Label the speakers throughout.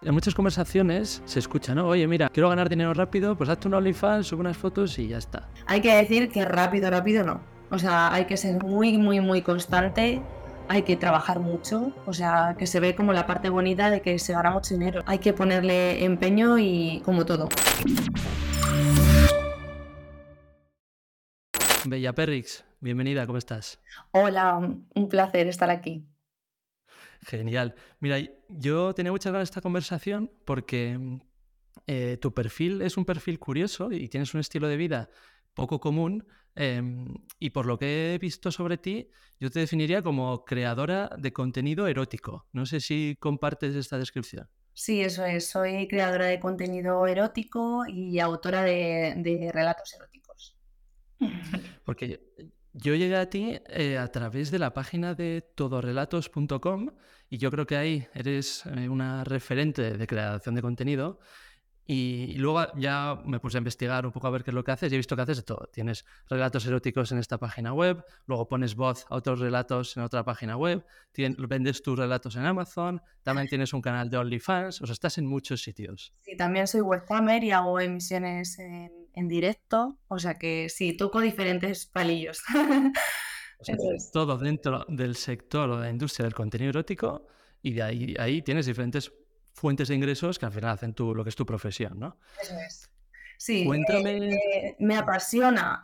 Speaker 1: En muchas conversaciones se escucha, ¿no? Oye, mira, quiero ganar dinero rápido, pues hazte un OnlyFans, sube unas fotos y ya está.
Speaker 2: Hay que decir que rápido, rápido no. O sea, hay que ser muy, muy, muy constante, hay que trabajar mucho, o sea, que se ve como la parte bonita de que se gana mucho dinero. Hay que ponerle empeño y como todo.
Speaker 1: Bella Perrix, bienvenida, ¿cómo estás?
Speaker 2: Hola, un placer estar aquí.
Speaker 1: Genial. Mira, yo tenía muchas ganas de esta conversación porque tu perfil es un perfil curioso y tienes un estilo de vida poco común, y por lo que he visto sobre ti, yo te definiría como creadora de contenido erótico. No sé si compartes esta descripción.
Speaker 2: Sí, eso es. Soy creadora de contenido erótico y autora de relatos eróticos.
Speaker 1: Porque yo llegué a ti a través de la página de todorelatos.com y yo creo que ahí eres una referente de creación de contenido. Y luego ya me puse a investigar un poco a ver qué es lo que haces y he visto que haces de todo. Tienes relatos eróticos en esta página web, luego pones voz a otros relatos en otra página web, vendes tus relatos en Amazon, también tienes un canal de OnlyFans, o sea, estás en muchos sitios.
Speaker 2: Sí, también soy webcamer y hago emisiones en directo, o sea que sí, toco diferentes palillos.
Speaker 1: O sea,
Speaker 2: Eso es.
Speaker 1: todo dentro del sector o de la industria del contenido erótico y de ahí tienes diferentes fuentes de ingresos que al final hacen lo que es tu profesión, ¿no?
Speaker 2: Eso es. Sí,
Speaker 1: Cuéntame.
Speaker 2: me apasiona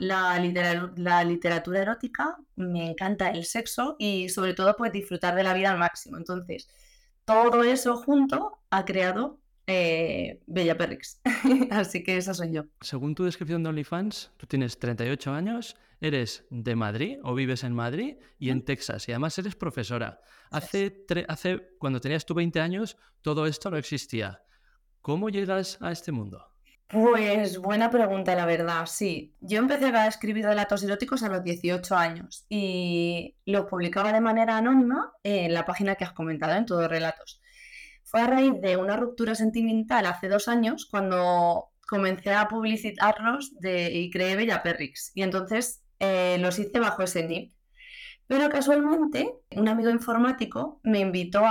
Speaker 2: la literatura erótica, me encanta el sexo y sobre todo pues disfrutar de la vida al máximo. Entonces, todo eso junto ha creado Bella Perrix. Así que esa soy yo.
Speaker 1: Según tu descripción de OnlyFans, tú tienes 38 años, eres de Madrid o vives en Madrid y
Speaker 2: ¿Mm?
Speaker 1: en Texas y además eres profesora.
Speaker 2: Eso es.
Speaker 1: Cuando tenías tú 20 años, todo esto no existía. ¿Cómo llegas a este mundo?
Speaker 2: Pues buena pregunta, la verdad, sí. Yo empecé a escribir relatos eróticos a los 18 años y los publicaba de manera anónima en la página que has comentado, en Todos Relatos. Fue a raíz de una ruptura sentimental hace 2 años cuando comencé a publicitarlos y creé Bella Perrix. Y entonces los hice bajo ese nick. Pero casualmente, un amigo informático me invitó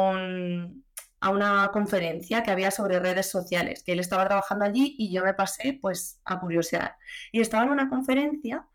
Speaker 2: a una conferencia que había sobre redes sociales, que él estaba trabajando allí y yo me pasé pues a curiosear. Y estaba en una conferencia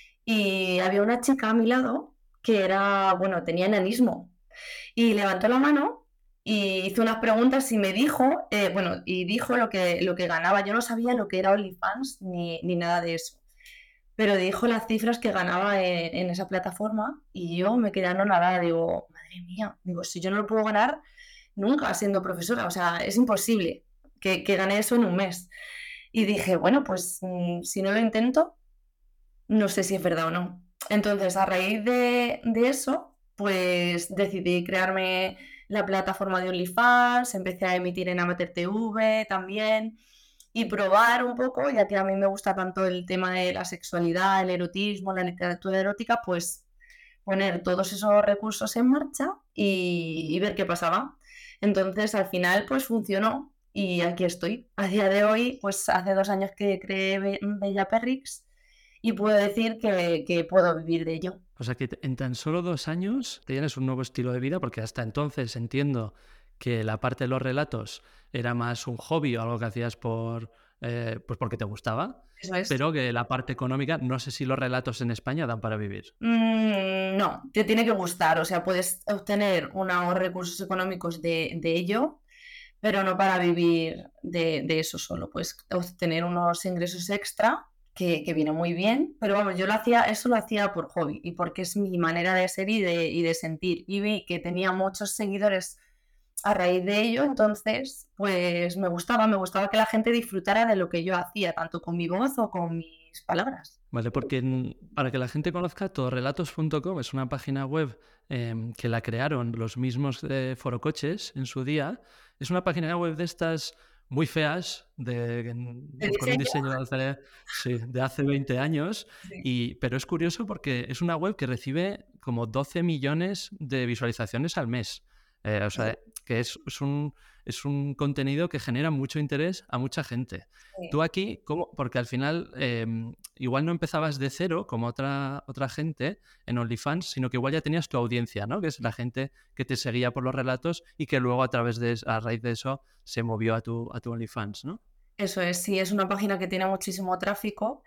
Speaker 2: y había una chica a mi lado que era, bueno, tenía enanismo y levantó la mano y hizo unas preguntas y me dijo, bueno, y dijo lo que ganaba. Yo no sabía lo que era OnlyFans ni nada de eso, pero dijo las cifras que ganaba en esa plataforma y yo me quedé anonadada, digo, madre mía, digo, si yo no lo puedo ganar nunca siendo profesora, o sea, es imposible que gane eso en un mes. Y dije, bueno, pues si no lo intento, no sé si es verdad o no. Entonces, a raíz de eso, pues decidí crearme la plataforma de OnlyFans, empecé a emitir en Amateur TV también y probar un poco, ya que a mí me gusta tanto el tema de la sexualidad, el erotismo, la literatura erótica, pues poner todos esos recursos en marcha y ver qué pasaba. Entonces, al final, pues funcionó y aquí estoy. A día de hoy, pues hace 2 años que creé Bella Perrix y puedo decir que puedo vivir de ello.
Speaker 1: O sea que en tan solo 2 años tienes un nuevo estilo de vida, porque hasta entonces entiendo que la parte de los relatos era más un hobby o algo que hacías pues porque te gustaba,
Speaker 2: Eso es.
Speaker 1: pero que la parte económica, no sé si los relatos en España dan para vivir.
Speaker 2: No, te tiene que gustar, o sea, puedes obtener unos recursos económicos de ello, pero no para vivir de eso solo, puedes obtener unos ingresos extra que viene muy bien, pero vamos, yo eso lo hacía por hobby y porque es mi manera de ser y de sentir. Y vi que tenía muchos seguidores a raíz de ello, entonces, pues me gustaba que la gente disfrutara de lo que yo hacía, tanto con mi voz o con mis palabras.
Speaker 1: Vale, porque para que la gente conozca, todorelatos.com es una página web que la crearon los mismos de Forocoches en su día. Es una página web de estas muy feas,
Speaker 2: ¿El
Speaker 1: con un
Speaker 2: diseño?
Speaker 1: diseño sí, de hace 20 años,
Speaker 2: Sí.
Speaker 1: pero es curioso porque es una web que recibe como 12 millones de visualizaciones al mes. O sea, que es un contenido que genera mucho interés a mucha gente.
Speaker 2: Sí.
Speaker 1: Tú aquí, ¿cómo? Porque al final igual no empezabas de cero como otra gente en OnlyFans, sino que igual ya tenías tu audiencia, ¿no? Que es la gente que te seguía por los relatos y que luego a raíz de eso se movió a tu OnlyFans, ¿no?
Speaker 2: Eso es, sí, es una página que tiene muchísimo tráfico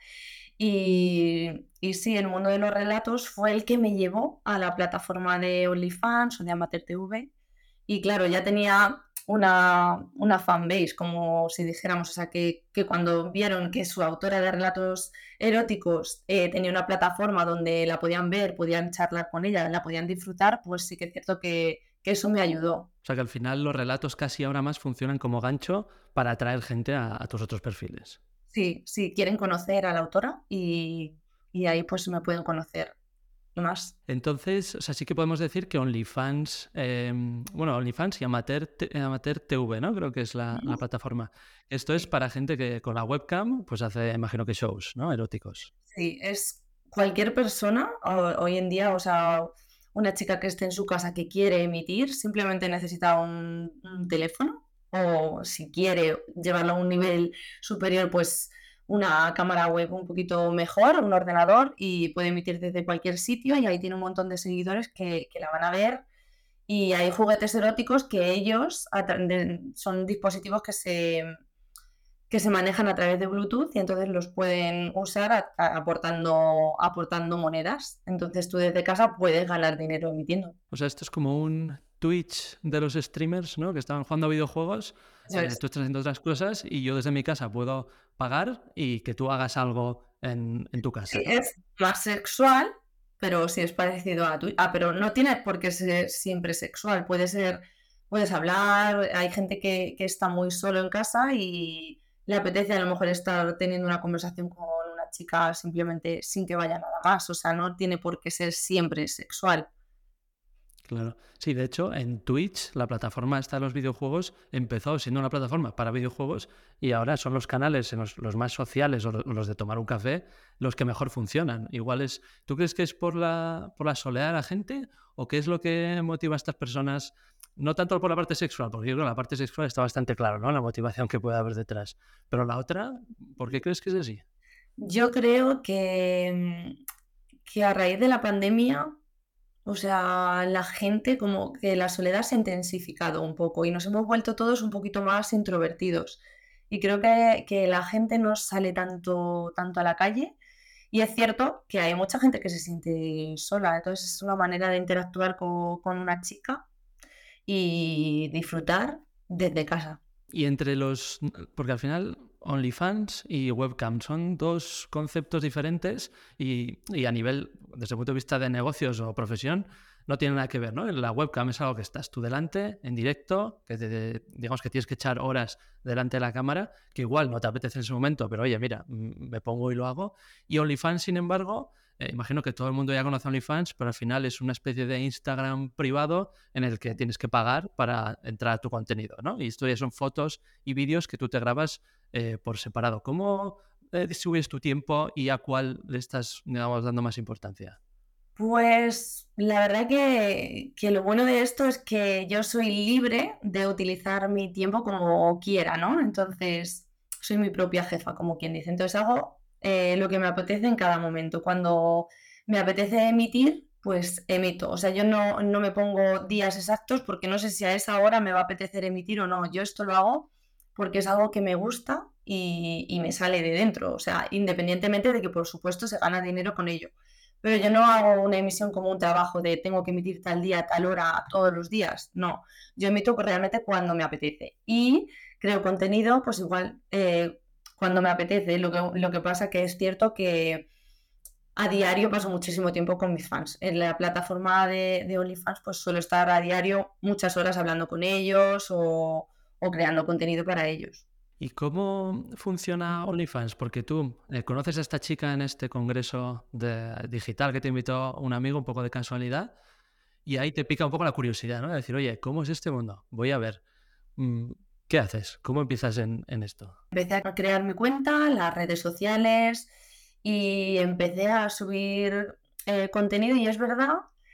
Speaker 2: y sí, el mundo de los relatos fue el que me llevó a la plataforma de OnlyFans o de Amateur TV. Y claro, ya tenía una fanbase, como si dijéramos, o sea, que cuando vieron que su autora de relatos eróticos tenía una plataforma donde la podían ver, podían charlar con ella, la podían disfrutar, pues sí que es cierto que eso me ayudó.
Speaker 1: O sea que al final los relatos casi ahora más funcionan como gancho para atraer gente a tus otros perfiles.
Speaker 2: Sí, sí, quieren conocer a la autora y ahí pues me pueden conocer más.
Speaker 1: Entonces, o sea, sí que podemos decir que OnlyFans, bueno, OnlyFans y Amateur TV, ¿no? Creo que es la plataforma. Esto es
Speaker 2: Sí.
Speaker 1: para gente que con la webcam, pues hace, imagino que shows, ¿no? Eróticos.
Speaker 2: Sí, es cualquier persona hoy en día, o sea, una chica que esté en su casa que quiere emitir, simplemente necesita un teléfono o si quiere llevarlo a un nivel superior, pues una cámara web un poquito mejor, un ordenador y puede emitir desde cualquier sitio y ahí tiene un montón de seguidores que la van a ver y hay juguetes eróticos que ellos son dispositivos que se manejan a través de Bluetooth y entonces los pueden usar aportando monedas. Entonces tú desde casa puedes ganar dinero emitiendo.
Speaker 1: O sea, esto es como un Twitch de los streamers, ¿no? Que estaban jugando a videojuegos,
Speaker 2: Eso es.
Speaker 1: tú estás haciendo otras cosas y yo desde mi casa puedo pagar y que tú hagas algo en tu casa,
Speaker 2: Sí,
Speaker 1: ¿no?
Speaker 2: es más sexual, pero sí es parecido a Twitch. Ah, pero no tiene por qué ser siempre sexual. Puedes hablar, hay gente que está muy solo en casa y le apetece a lo mejor estar teniendo una conversación con una chica simplemente sin que vaya nada más. O sea, no tiene por qué ser siempre sexual.
Speaker 1: Claro. Sí, de hecho, en Twitch, la plataforma esta de los videojuegos, empezó siendo una plataforma para videojuegos y ahora son los canales, en los más sociales o los de tomar un café, los que mejor funcionan. Igual es, ¿tú crees que es por la soledad de la gente o qué es lo que motiva a estas personas? No tanto por la parte sexual, porque yo creo que la parte sexual está bastante claro, ¿no? La motivación que puede haber detrás. Pero la otra, ¿por qué crees que es así?
Speaker 2: Yo creo que a raíz de la pandemia, o sea, la gente como que la soledad se ha intensificado un poco y nos hemos vuelto todos un poquito más introvertidos. Y creo que la gente no sale tanto a la calle. Y es cierto que hay mucha gente que se siente sola, entonces es una manera de interactuar con una chica y disfrutar desde casa.
Speaker 1: Y entre los. Porque al final, OnlyFans y webcam son dos conceptos diferentes y a nivel, desde el punto de vista de negocios o profesión, no tienen nada que ver, ¿no? La webcam es algo que estás tú delante, en directo, que digamos que tienes que echar horas delante de la cámara, que igual no te apetece en ese momento, pero oye, mira, me pongo y lo hago. Y OnlyFans, sin embargo, imagino que todo el mundo ya conoce OnlyFans, pero al final es una especie de Instagram privado en el que tienes que pagar para entrar a tu contenido, ¿no? Y esto ya son fotos y vídeos que tú te grabas por separado. ¿Cómo distribuyes tu tiempo y a cuál le estás, digamos, dando más importancia?
Speaker 2: Pues la verdad que lo bueno de esto es que yo soy libre de utilizar mi tiempo como quiera, ¿no? Entonces, soy mi propia jefa, como quien dice. Entonces hago lo que me apetece en cada momento. Cuando me apetece emitir, pues emito. O sea, yo no me pongo días exactos porque no sé si a esa hora me va a apetecer emitir o no. Yo esto lo hago porque es algo que me gusta y me sale de dentro. O sea, independientemente de que, por supuesto, se gana dinero con ello. Pero yo no hago una emisión como un trabajo de tengo que emitir tal día, tal hora, todos los días. No, yo emito realmente cuando me apetece. Y creo contenido, pues igual cuando me apetece. Lo que pasa que es cierto que a diario paso muchísimo tiempo con mis fans. En la plataforma de OnlyFans pues suelo estar a diario muchas horas hablando con ellos o creando contenido para ellos.
Speaker 1: ¿Y cómo funciona OnlyFans? Porque tú conoces a esta chica en este congreso digital que te invitó un amigo un poco de casualidad y ahí te pica un poco la curiosidad, ¿no? De decir, oye, ¿cómo es este mundo? Voy a ver. Mm, ¿Qué haces? ¿Cómo empiezas en esto?
Speaker 2: Empecé a crear mi cuenta, las redes sociales y empecé a subir contenido y es verdad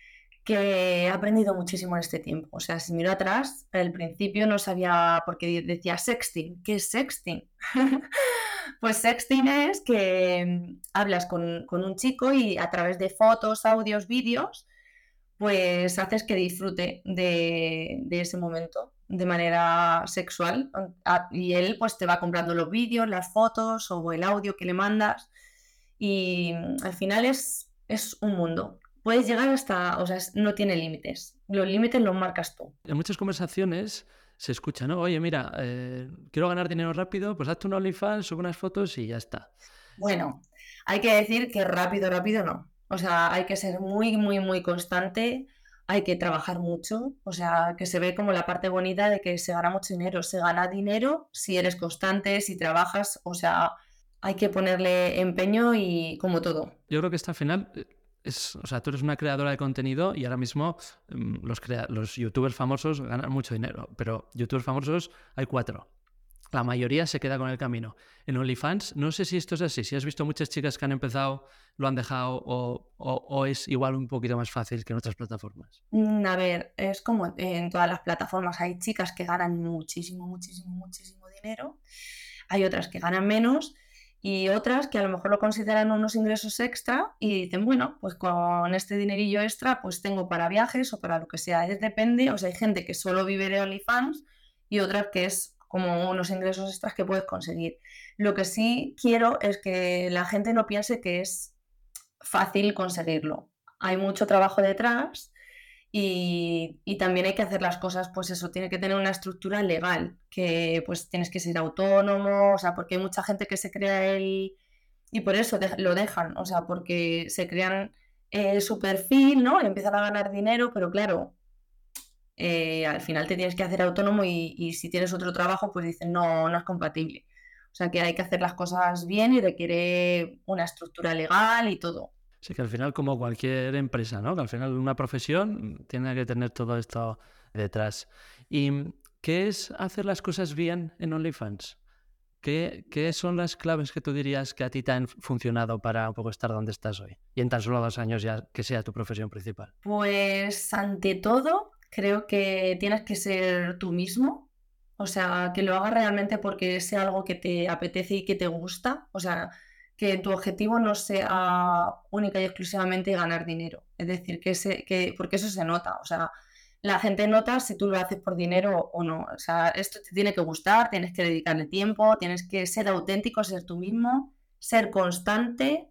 Speaker 2: que he aprendido muchísimo en este tiempo. O sea, si miro atrás, al principio no sabía, porque decía sexting. ¿Qué es sexting? Pues sexting es que hablas con un chico y a través de fotos, audios, vídeos, pues haces que disfrute de ese momento de manera sexual. Y él pues te va comprando los vídeos, las fotos o el audio que le mandas. Y al final es un mundo. Puedes llegar hasta, o sea, no tiene límites. Los límites los marcas tú.
Speaker 1: En muchas conversaciones se escucha, ¿no? Oye, mira, quiero ganar dinero rápido, pues hazte un OnlyFans, sube unas fotos y ya está.
Speaker 2: Bueno, hay que decir que rápido, rápido no. O sea, hay que ser muy, muy, muy constante, hay que trabajar mucho. O sea, que se ve como la parte bonita de que se gana mucho dinero. Se gana dinero si eres constante, si trabajas. O sea, hay que ponerle empeño y como todo.
Speaker 1: Yo creo que esta al final o sea, tú eres una creadora de contenido y ahora mismo los youtubers famosos ganan mucho dinero, pero youtubers famosos hay 4. La mayoría se queda con el camino. En OnlyFans, no sé si esto es así. Si has visto muchas chicas que han empezado, lo han dejado o es igual un poquito más fácil que en otras plataformas.
Speaker 2: A ver, es como en todas las plataformas. Hay chicas que ganan muchísimo, muchísimo, muchísimo dinero. Hay otras que ganan menos y otras que a lo mejor lo consideran unos ingresos extra y dicen, bueno, pues con este dinerillo extra pues tengo para viajes o para lo que sea. Es depende, o sea, hay gente que solo vive de OnlyFans y otras que es como unos ingresos extras que puedes conseguir. Lo que sí quiero es que la gente no piense que es fácil conseguirlo. Hay mucho trabajo detrás y también hay que hacer las cosas, pues eso, tiene que tener una estructura legal, que pues tienes que ser autónomo, o sea, porque hay mucha gente que se crea el... y por eso lo dejan, o sea, porque se crean su perfil, ¿no? Y empiezan a ganar dinero, pero claro, al final te tienes que hacer autónomo y si tienes otro trabajo, pues dicen, no, no es compatible. O sea, que hay que hacer las cosas bien y requiere una estructura legal y todo.
Speaker 1: Sí, que al final, como cualquier empresa, ¿no? Que al final una profesión tiene que tener todo esto detrás. ¿Y qué es hacer las cosas bien en OnlyFans? ¿Qué son las claves que tú dirías que a ti te han funcionado para un poco estar donde estás hoy? Y en tan solo 2 años ya que sea tu profesión principal.
Speaker 2: Pues ante todo, creo que tienes que ser tú mismo, o sea, que lo hagas realmente porque sea algo que te apetece y que te gusta, o sea, que tu objetivo no sea única y exclusivamente ganar dinero, es decir, porque eso se nota, o sea, la gente nota si tú lo haces por dinero o no, o sea, esto te tiene que gustar, tienes que dedicarle tiempo, tienes que ser auténtico, ser tú mismo, ser constante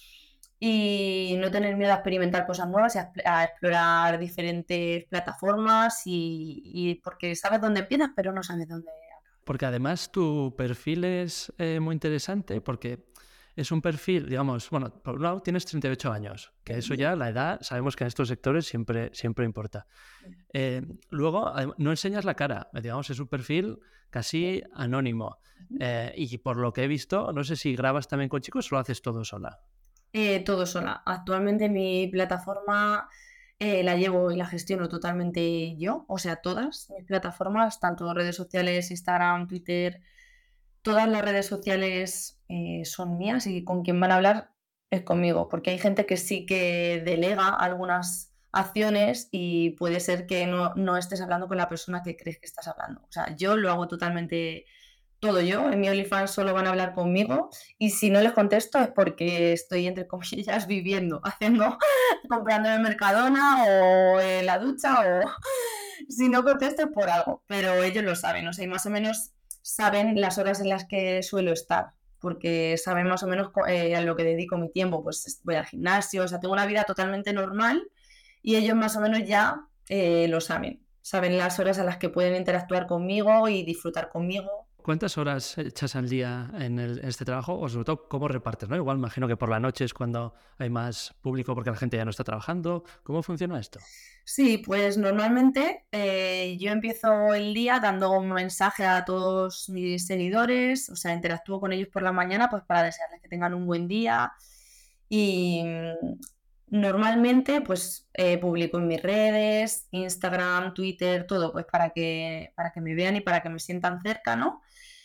Speaker 2: y no tener miedo a experimentar cosas nuevas y a explorar diferentes plataformas y porque sabes dónde empiezas, pero no sabes dónde acabas.
Speaker 1: Porque además tu perfil es muy interesante porque es un perfil, digamos, bueno, por un lado tienes 38 años, que eso ya, la edad, sabemos que en estos sectores siempre importa. Luego, no enseñas la cara, digamos, es un perfil casi anónimo. Y por lo que he visto, no sé si grabas también con chicos o lo haces todo sola.
Speaker 2: Todo sola. Actualmente mi plataforma la llevo y la gestiono totalmente yo, o sea, todas mis plataformas, tanto redes sociales, Instagram, Twitter, todas las redes sociales son mías y con quien van a hablar es conmigo, porque hay gente que sí que delega algunas acciones y puede ser que no estés hablando con la persona que crees que estás hablando. O sea, yo lo hago totalmente todo yo, en mi OnlyFans solo van a hablar conmigo y si no les contesto es porque estoy entre comillas viviendo, haciendo, comprando en el Mercadona o en la ducha o si no contesto es por algo, pero ellos lo saben, o sea, y más o menos saben las horas en las que suelo estar, porque saben más o menos a lo que dedico mi tiempo, pues voy al gimnasio, o sea, tengo una vida totalmente normal y ellos más o menos ya lo saben las horas a las que pueden interactuar conmigo y disfrutar conmigo.
Speaker 1: ¿Cuántas horas echas al día en este trabajo? O sobre todo, ¿cómo repartes? ¿No? Igual imagino que por la noche es cuando hay más público porque la gente ya no está trabajando. ¿Cómo funciona esto?
Speaker 2: Sí, pues normalmente yo empiezo el día dando un mensaje a todos mis seguidores, o sea, interactúo con ellos por la mañana pues para desearles que tengan un buen día y normalmente pues publico en mis redes, Instagram, Twitter, todo pues para que me vean y para que me sientan cerca, ¿no?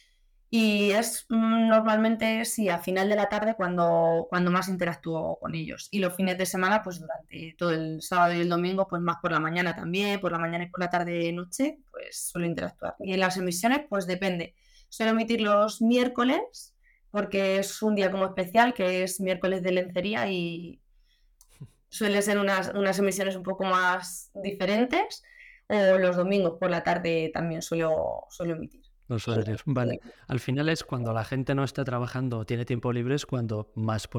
Speaker 2: Y es normalmente, sí, a final de la tarde cuando más interactúo con ellos. Y los fines de semana, pues durante todo el sábado y el domingo, pues más por la mañana también, por la mañana y por la tarde noche, pues suelo interactuar. Y en las emisiones, pues depende. Suelo emitir los miércoles, porque es un día como especial, que es miércoles de lencería y suelen ser unas emisiones un poco más diferentes. O los domingos por la tarde también suelo emitir.
Speaker 1: Los horarios. Vale. Al final es cuando la gente no está trabajando o tiene tiempo libre es cuando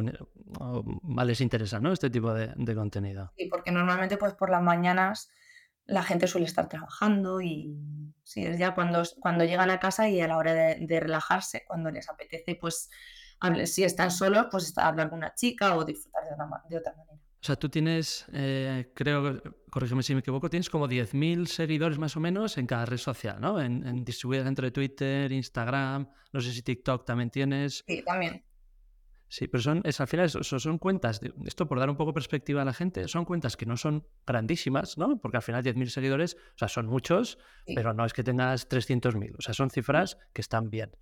Speaker 1: más les interesa, ¿no? Este tipo de contenido.
Speaker 2: Sí, porque normalmente, pues, por las mañanas la gente suele estar trabajando y sí, es ya cuando llegan a casa y a la hora de relajarse, cuando les apetece, pues, si están solos, pues, hablar con una chica o disfrutar de otra manera.
Speaker 1: O sea, tú tienes, creo, corrígeme si me equivoco, tienes como 10.000 seguidores más o menos en cada red social, ¿no? Distribuidas entre Twitter, Instagram, no sé si TikTok también tienes.
Speaker 2: Sí, también.
Speaker 1: Sí, pero al final son cuentas, esto por dar un poco perspectiva a la gente, son cuentas que no son grandísimas, ¿no? Porque al final 10.000 seguidores, o sea, son muchos,
Speaker 2: Sí.
Speaker 1: pero no es que tengas 300.000, o sea, son cifras que están bien.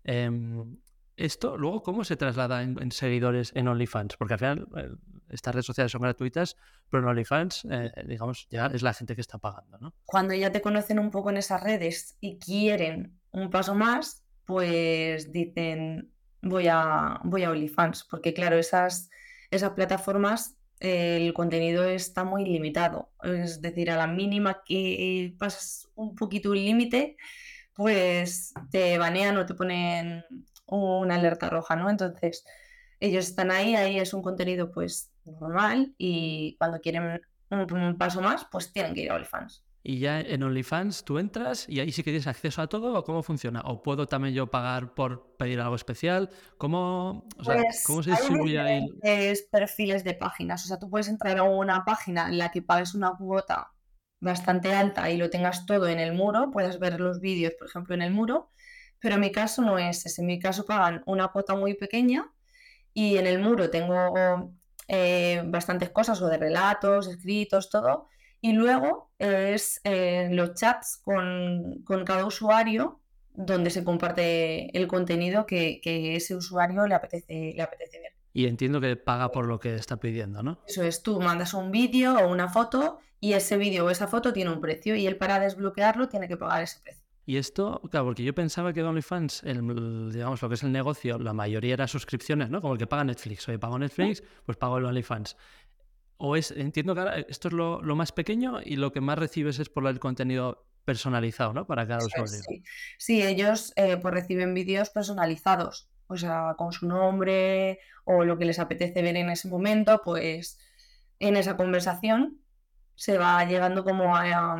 Speaker 1: Esto, luego, ¿cómo se traslada en seguidores en OnlyFans? Porque al final estas redes sociales son gratuitas, pero en OnlyFans, digamos, ya es la gente que está pagando, ¿no?
Speaker 2: Cuando ya te conocen un poco en esas redes y quieren un paso más, pues dicen, voy a OnlyFans, porque claro, esas plataformas, el contenido está muy limitado. Es decir, a la mínima que pasas un poquito un límite, pues te banean o te ponen una alerta roja, ¿no? Entonces, ellos están ahí es un contenido pues normal y cuando quieren un paso más, pues tienen que ir a OnlyFans.
Speaker 1: Y ya en OnlyFans tú entras y ahí sí que tienes acceso a todo, ¿o cómo funciona? ¿O puedo también yo pagar por pedir algo especial? O sea,
Speaker 2: Pues
Speaker 1: ¿cómo se
Speaker 2: hay
Speaker 1: distribuye ahí?
Speaker 2: diferentes perfiles de páginas. O sea, tú puedes entrar a una página en la que pagues una cuota bastante alta y lo tengas todo en el muro, puedes ver los vídeos, por ejemplo, en el muro, pero en mi caso no es ese. En mi caso pagan una cuota muy pequeña y en el muro tengo bastantes cosas, o de relatos, escritos, todo. Y luego es los chats con cada usuario donde se comparte el contenido que ese usuario le apetece ver.
Speaker 1: Y entiendo que paga por lo que está pidiendo, ¿no?
Speaker 2: Eso es, tú mandas un vídeo o una foto y ese vídeo o esa foto tiene un precio y él para desbloquearlo tiene que pagar ese precio.
Speaker 1: Y esto, claro, porque yo pensaba que de OnlyFans, digamos, lo que es el negocio, la mayoría era suscripciones, ¿no? Como el que paga Netflix. Oye, pago Netflix, pues pago el OnlyFans. Entiendo que ahora esto es lo más pequeño y lo que más recibes es por el contenido personalizado, ¿no? Para cada
Speaker 2: Eso es,
Speaker 1: usuario.
Speaker 2: sí. Sí, ellos pues reciben vídeos personalizados, o sea, con su nombre o lo que les apetece ver en ese momento, pues en esa conversación se va llegando como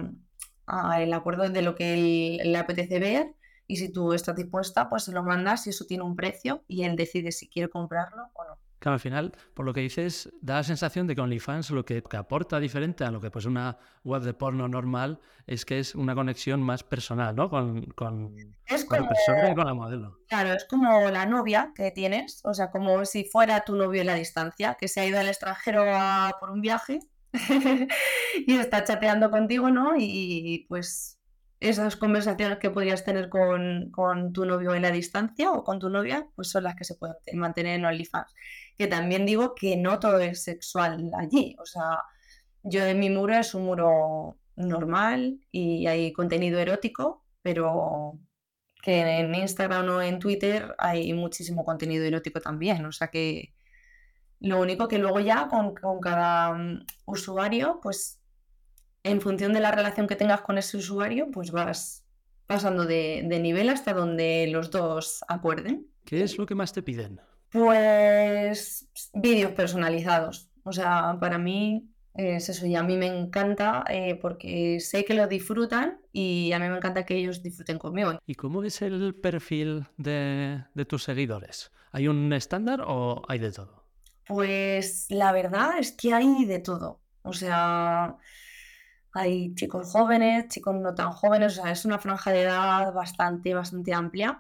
Speaker 2: a el acuerdo de lo que él le apetece ver y si tú estás dispuesta, pues se lo mandas y eso tiene un precio y él decide si quiere comprarlo o no.
Speaker 1: Claro, al final, por lo que dices, da la sensación de que OnlyFans lo que aporta diferente a lo que pues una web de porno normal es que es una conexión más personal, ¿no?
Speaker 2: Es
Speaker 1: Con la
Speaker 2: como,
Speaker 1: persona y con la modelo.
Speaker 2: claro, es como la novia que tienes, o sea, como si fuera tu novio en la distancia, que se ha ido al extranjero por un viaje y está chateando contigo, ¿no? Y pues esas conversaciones que podrías tener con tu novio en la distancia o con tu novia, pues son las que se pueden mantener en OnlyFans. Que también digo que no todo es sexual allí, o sea, yo en mi muro es un muro normal y hay contenido erótico, pero que en Instagram o en Twitter hay muchísimo contenido erótico también, o sea que lo único que luego ya con cada usuario, pues en función de la relación que tengas con ese usuario, pues vas pasando de nivel hasta donde los dos acuerden.
Speaker 1: ¿Qué es lo que más te piden?
Speaker 2: Pues vídeos personalizados. O sea, para mí es eso y a mí me encanta porque sé que lo disfrutan y a mí me encanta que ellos disfruten conmigo.
Speaker 1: ¿Y cómo es el perfil de tus seguidores? ¿Hay un estándar o hay de todo?
Speaker 2: Pues la verdad es que hay de todo. O sea, hay chicos jóvenes, chicos no tan jóvenes, o sea, es una franja de edad bastante amplia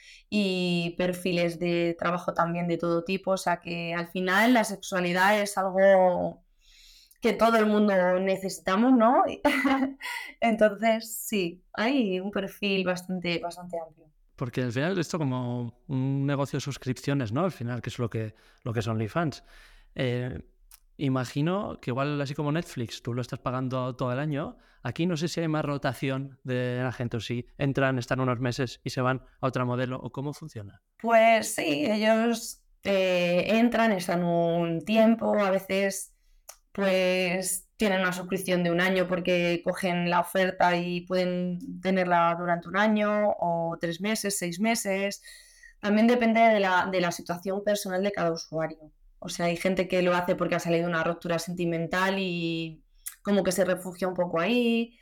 Speaker 2: y perfiles de trabajo también de todo tipo. O sea que al final la sexualidad es algo que todo el mundo necesitamos, ¿no? Entonces, sí, hay un perfil bastante amplio.
Speaker 1: Porque al final esto como un negocio de suscripciones, ¿no? Al final, que es lo que es OnlyFans. Eh, Imagino que igual así como Netflix, tú lo estás pagando todo el año. Aquí no sé si hay más rotación de la gente o si entran, están unos meses y se van a otro modelo o cómo funciona.
Speaker 2: Pues sí, ellos entran, están un tiempo, a veces pues tienen una suscripción de un año porque cogen la oferta y pueden tenerla durante un año o 3 meses, 6 meses. También depende de la situación personal de cada usuario. O sea, hay gente que lo hace porque ha salido una ruptura sentimental y como que se refugia un poco ahí.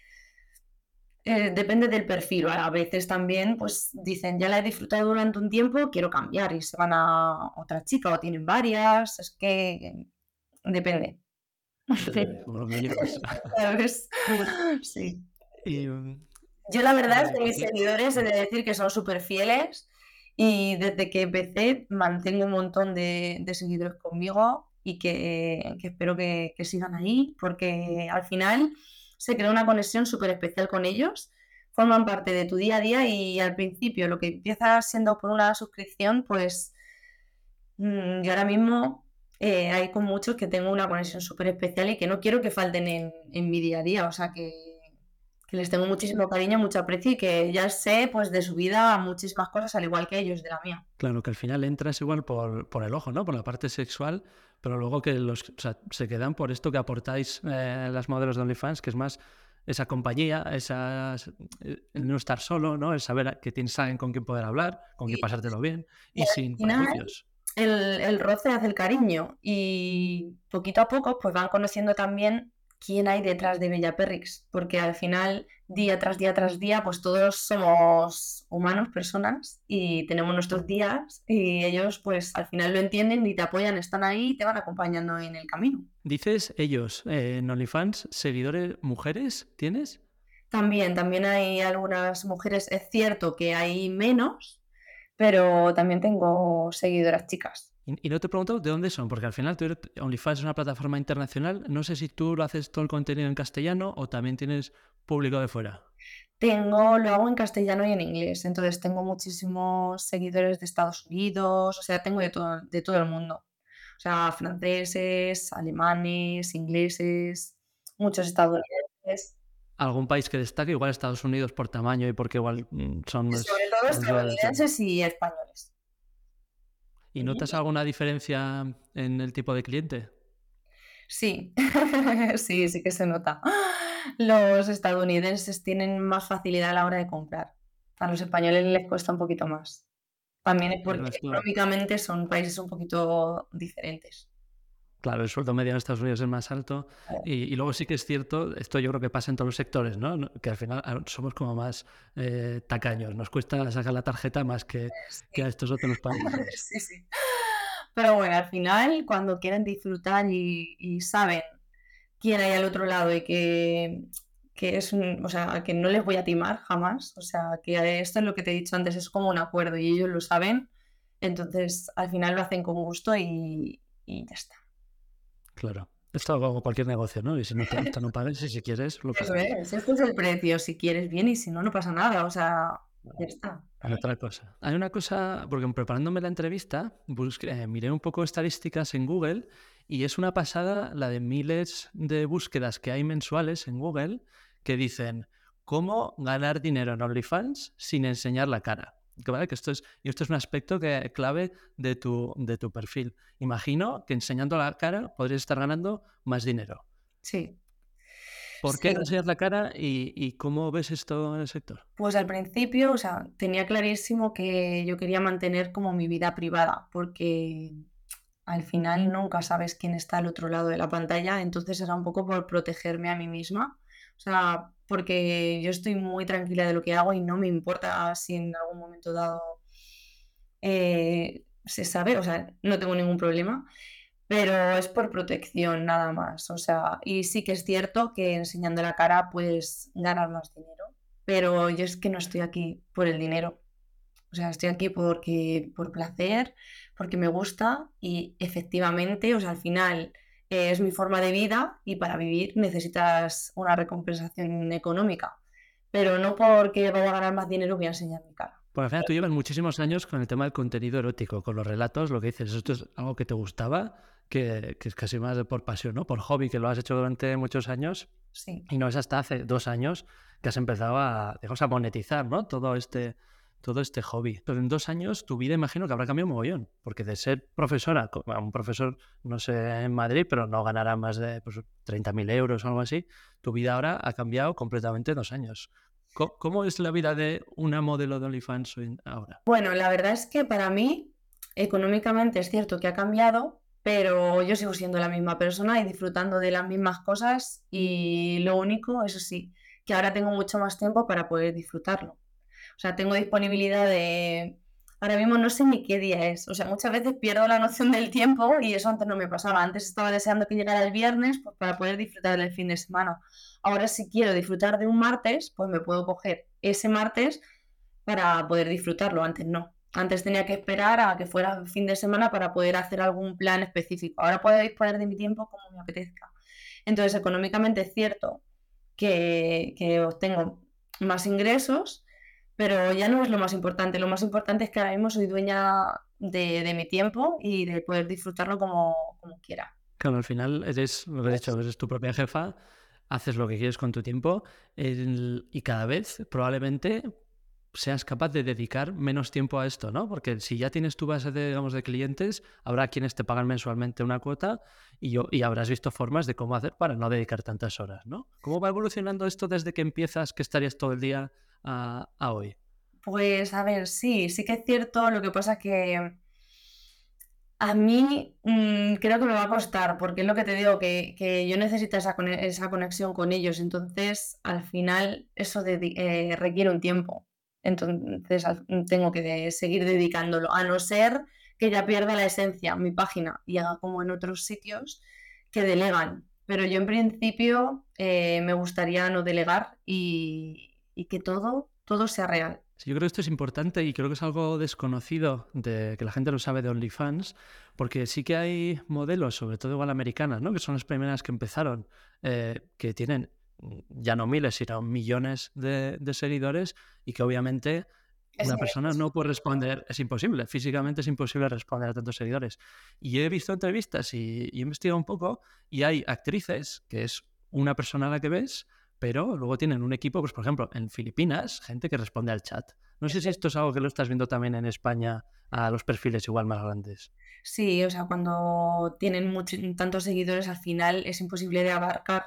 Speaker 2: Depende del perfil. A veces también pues dicen, ya la he disfrutado durante un tiempo, quiero cambiar y se van a otra chica o tienen varias. Es que depende.
Speaker 1: Depende, como los muñecos.
Speaker 2: ¿Sabes? Sí.
Speaker 1: Y,
Speaker 2: Yo la verdad es
Speaker 1: vale,
Speaker 2: que mis
Speaker 1: porque...
Speaker 2: seguidores he
Speaker 1: sí.
Speaker 2: de decir que son súper fieles y desde que empecé mantengo un montón de seguidores conmigo y que espero que sigan ahí porque al final se crea una conexión súper especial con ellos, forman parte de tu día a día y al principio lo que empieza siendo por una suscripción, pues yo ahora mismo hay con muchos que tengo una conexión súper especial y que no quiero que falten en mi día a día, o sea que les tengo muchísimo cariño, mucho aprecio y que ya sé pues de su vida muchísimas cosas al igual que ellos de la mía.
Speaker 1: Claro, que al final entras igual por el ojo, ¿no? Por la parte sexual, pero luego que o sea, se quedan por esto que aportáis las modelos de OnlyFans, que es más esa compañía, el no estar solo, ¿no? El saber que tienes alguien con quien poder hablar, con quien
Speaker 2: Y,
Speaker 1: pasártelo bien
Speaker 2: y
Speaker 1: y
Speaker 2: al
Speaker 1: sin
Speaker 2: final
Speaker 1: prejuicios.
Speaker 2: el roce hace el cariño y poquito a poco pues van conociendo también quién hay detrás de Bella Perrix, porque al final día tras día tras día pues todos somos humanos, personas y tenemos nuestros días y ellos pues al final lo entienden y te apoyan, están ahí y te van acompañando en el camino.
Speaker 1: Dices ellos, en OnlyFans, seguidores mujeres, ¿tienes?
Speaker 2: También hay algunas mujeres, es cierto que hay menos, pero también tengo seguidoras chicas.
Speaker 1: Y no te pregunto de dónde son, porque al final OnlyFans es una plataforma internacional. No sé si tú lo haces todo el contenido en castellano o también tienes público de fuera.
Speaker 2: Lo hago en castellano y en inglés, entonces tengo muchísimos seguidores de Estados Unidos, o sea, tengo de todo el mundo. O sea, franceses, alemanes, ingleses, muchos estadounidenses,
Speaker 1: ¿Algún país que destaque? Igual Estados Unidos por tamaño y porque igual son
Speaker 2: sobre todo
Speaker 1: los usuarios de...
Speaker 2: estadounidenses y españoles.
Speaker 1: ¿Y notas alguna diferencia en el tipo de cliente?
Speaker 2: Sí, sí, sí que se nota. Los estadounidenses tienen más facilidad a la hora de comprar. A los españoles les cuesta un poquito más. También es
Speaker 1: El
Speaker 2: porque
Speaker 1: resto,
Speaker 2: económicamente son países un poquito diferentes.
Speaker 1: claro, el sueldo medio en Estados Unidos es más alto y luego sí que es cierto, esto yo creo que pasa en todos los sectores, ¿no? Que al final somos como más tacaños, nos cuesta sacar la tarjeta más que a
Speaker 2: Sí,
Speaker 1: estos otros países.
Speaker 2: sí, sí. Pero bueno, al final, cuando quieren disfrutar y saben quién hay al otro lado y que o sea, que no les voy a timar jamás, o sea, que esto es lo que te he dicho antes, es como un acuerdo y ellos lo saben, entonces al final lo hacen con gusto y ya está.
Speaker 1: Claro. Esto como cualquier negocio, ¿no? Y si no te gusta, no pagues y si quieres, lo
Speaker 2: Eso
Speaker 1: pagas.
Speaker 2: es, este es el precio, si quieres bien y si no, no pasa nada, o sea, ya está.
Speaker 1: Hay otra cosa. Hay una cosa, porque preparándome la entrevista, miré un poco estadísticas en Google y es una pasada la de miles de búsquedas que hay mensuales en Google que dicen cómo ganar dinero en OnlyFans sin enseñar la cara. ¿Vale? Y esto es un aspecto clave de tu perfil. Imagino que enseñando la cara podrías estar ganando más dinero.
Speaker 2: Sí,
Speaker 1: ¿Por qué
Speaker 2: sí.
Speaker 1: no enseñas la cara y cómo ves esto en el sector?
Speaker 2: Pues al principio, o sea, tenía clarísimo que yo quería mantener como mi vida privada, porque al final nunca sabes quién está al otro lado de la pantalla, entonces era un poco por protegerme a mí misma. O sea, porque yo estoy muy tranquila de lo que hago y no me importa si en algún momento dado se sabe, o sea, no tengo ningún problema, pero es por protección nada más. O sea, y sí que es cierto que enseñando la cara puedes ganar más dinero, pero yo es que no estoy aquí por el dinero. O sea, estoy aquí por placer, porque me gusta y efectivamente, o sea, al final es mi forma de vida y para vivir necesitas una recompensación económica, pero no porque vaya a ganar más dinero voy a enseñar mi cara.
Speaker 1: Pues al final tú llevas muchísimos años con el tema del contenido erótico, con los relatos, lo que dices, esto es algo que te gustaba, que es casi más por pasión, ¿no? Por hobby, que lo has hecho durante muchos años
Speaker 2: Sí.
Speaker 1: y no es hasta hace 2 años que has empezado a, digamos, a monetizar, ¿no? Todo este hobby. Pero en 2 años tu vida imagino que habrá cambiado un mogollón, porque de ser profesora, un profesor, no sé, en Madrid, pero no ganará más de pues, 30.000 euros o algo así, tu vida ahora ha cambiado completamente en 2 años. ¿Cómo es la vida de una modelo de OnlyFans ahora?
Speaker 2: Bueno, la verdad es que para mí, económicamente es cierto que ha cambiado, pero yo sigo siendo la misma persona y disfrutando de las mismas cosas y lo único, eso sí, que ahora tengo mucho más tiempo para poder disfrutarlo. O sea, tengo disponibilidad de... Ahora mismo no sé ni qué día es. O sea, muchas veces pierdo la noción del tiempo y eso antes no me pasaba. Antes estaba deseando que llegara el viernes pues, para poder disfrutar del fin de semana. Ahora si quiero disfrutar de un martes, pues me puedo coger ese martes para poder disfrutarlo. Antes no. Antes tenía que esperar a que fuera el fin de semana para poder hacer algún plan específico. Ahora puedo disponer de mi tiempo como me apetezca. Entonces, económicamente es cierto que obtengo más ingresos, pero ya no es lo más importante. Lo más importante es que ahora mismo soy dueña de mi tiempo y de poder disfrutarlo como quiera.
Speaker 1: Claro, al final eres, lo que he dicho, eres tu propia jefa, haces lo que quieres con tu tiempo y cada vez probablemente seas capaz de dedicar menos tiempo a esto, ¿no? Porque si ya tienes tu base de, digamos, de clientes, habrá quienes te pagan mensualmente una cuota y habrás visto formas de cómo hacer para no dedicar tantas horas, ¿no? ¿Cómo va evolucionando esto desde que empiezas, que estarías todo el día a hoy?
Speaker 2: Pues a ver, sí que es cierto, lo que pasa que a mí creo que me va a costar, porque es lo que te digo, que yo necesito esa conexión con ellos, entonces al final eso requiere un tiempo, entonces tengo que seguir dedicándolo, a no ser que ya pierda la esencia, mi página, y haga como en otros sitios que delegan, pero yo en principio me gustaría no delegar y que todo sea real.
Speaker 1: Sí, yo creo que esto es importante y creo que es algo desconocido de que la gente no sabe de OnlyFans, porque sí que hay modelos, sobre todo igual americanas, ¿no? Que son las primeras que empezaron, que tienen ya no miles, sino millones de seguidores y que obviamente
Speaker 2: Ese
Speaker 1: una persona
Speaker 2: es.
Speaker 1: no puede responder, es imposible, físicamente es imposible responder a tantos seguidores. Y he visto entrevistas y he investigado un poco y hay actrices, que es una persona a la que ves, pero luego tienen un equipo, pues por ejemplo, en Filipinas, gente que responde al chat. No sé si esto es algo que lo estás viendo también en España a los perfiles igual más grandes.
Speaker 2: Sí, o sea, cuando tienen tantos seguidores, al final es imposible de abarcar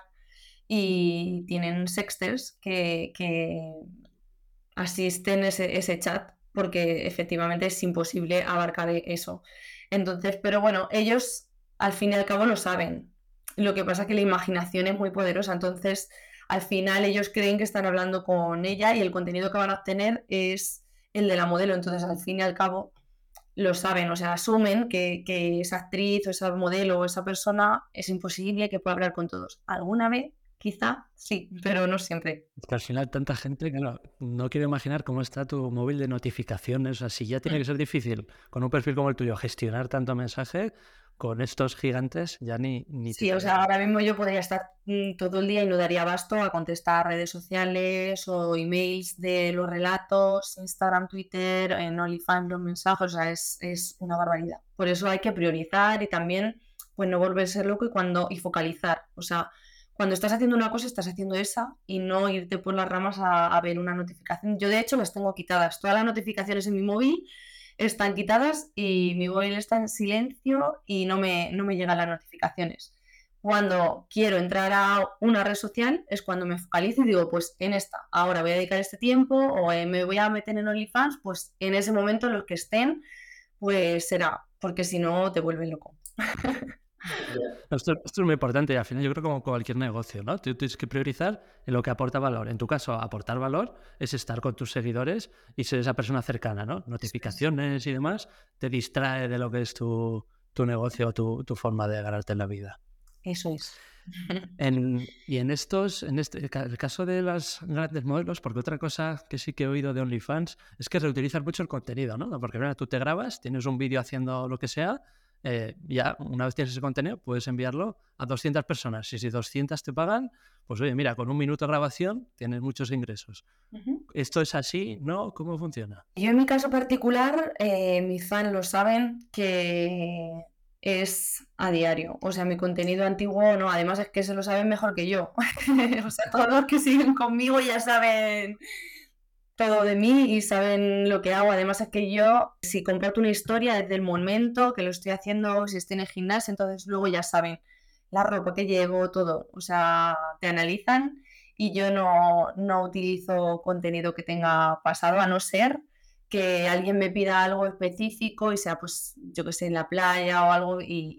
Speaker 2: y tienen sexters que asisten ese chat porque efectivamente es imposible abarcar eso. Entonces, pero bueno, ellos al fin y al cabo lo saben. Lo que pasa es que la imaginación es muy poderosa, entonces al final ellos creen que están hablando con ella y el contenido que van a obtener es el de la modelo, entonces al fin y al cabo lo saben, o sea, asumen que esa actriz o esa modelo o esa persona es imposible que pueda hablar con todos. Alguna vez, quizá, sí, pero no siempre.
Speaker 1: Es que al final tanta gente que no quiero imaginar cómo está tu móvil de notificaciones. O sea, si ya tiene que ser difícil con un perfil como el tuyo gestionar tanto mensaje, con estos gigantes ya ni te
Speaker 2: Sí, o sea,
Speaker 1: cuento.
Speaker 2: ahora mismo yo podría estar todo el día y no daría abasto a contestar redes sociales o emails de los relatos, Instagram, Twitter, en OnlyFans, los mensajes, o sea, es una barbaridad. Por eso hay que priorizar y también, pues no volverse loco y focalizar. O sea, cuando estás haciendo una cosa, estás haciendo esa y no irte por las ramas a ver una notificación. Yo, de hecho, las tengo quitadas. Todas las notificaciones en mi móvil están quitadas y mi móvil está en silencio y no me llegan las notificaciones. Cuando quiero entrar a una red social es cuando me focalizo y digo, pues en esta, ahora voy a dedicar este tiempo o me voy a meter en OnlyFans, pues en ese momento los que estén, pues será, porque si no te vuelves loco.
Speaker 1: Esto es muy importante y al final yo creo como cualquier negocio, ¿no? Tú tienes que priorizar en lo que aporta valor. En tu caso, aportar valor es estar con tus seguidores y ser esa persona cercana, ¿no?
Speaker 2: Eso es.
Speaker 1: Notificaciones y demás te distrae de lo que es tu negocio o tu forma de ganarte en la vida.
Speaker 2: Eso es.
Speaker 1: Y el caso de las grandes modelos, porque otra cosa que sí que he oído de OnlyFans es que reutilizan mucho el contenido, ¿no? Porque mira, tú te grabas, tienes un vídeo haciendo lo que sea, ya una vez tienes ese contenido puedes enviarlo a 200 personas. Y si 200 te pagan, pues oye, mira, con un minuto de grabación tienes muchos ingresos.
Speaker 2: Ujú.
Speaker 1: ¿Esto es así? ¿No? ¿Cómo funciona?
Speaker 2: Yo en mi caso particular, mis fans lo saben que es a diario. O sea, mi contenido antiguo no, además es que se lo saben mejor que yo. O sea, todos los que siguen conmigo ya saben todo de mí y saben lo que hago. Además es que yo, si comparto una historia desde el momento que lo estoy haciendo, si estoy en el gimnasio, entonces luego ya saben la ropa que llevo, todo. O sea, te analizan y yo no utilizo contenido que tenga pasado, a no ser que alguien me pida algo específico y sea, pues, yo que sé, en la playa o algo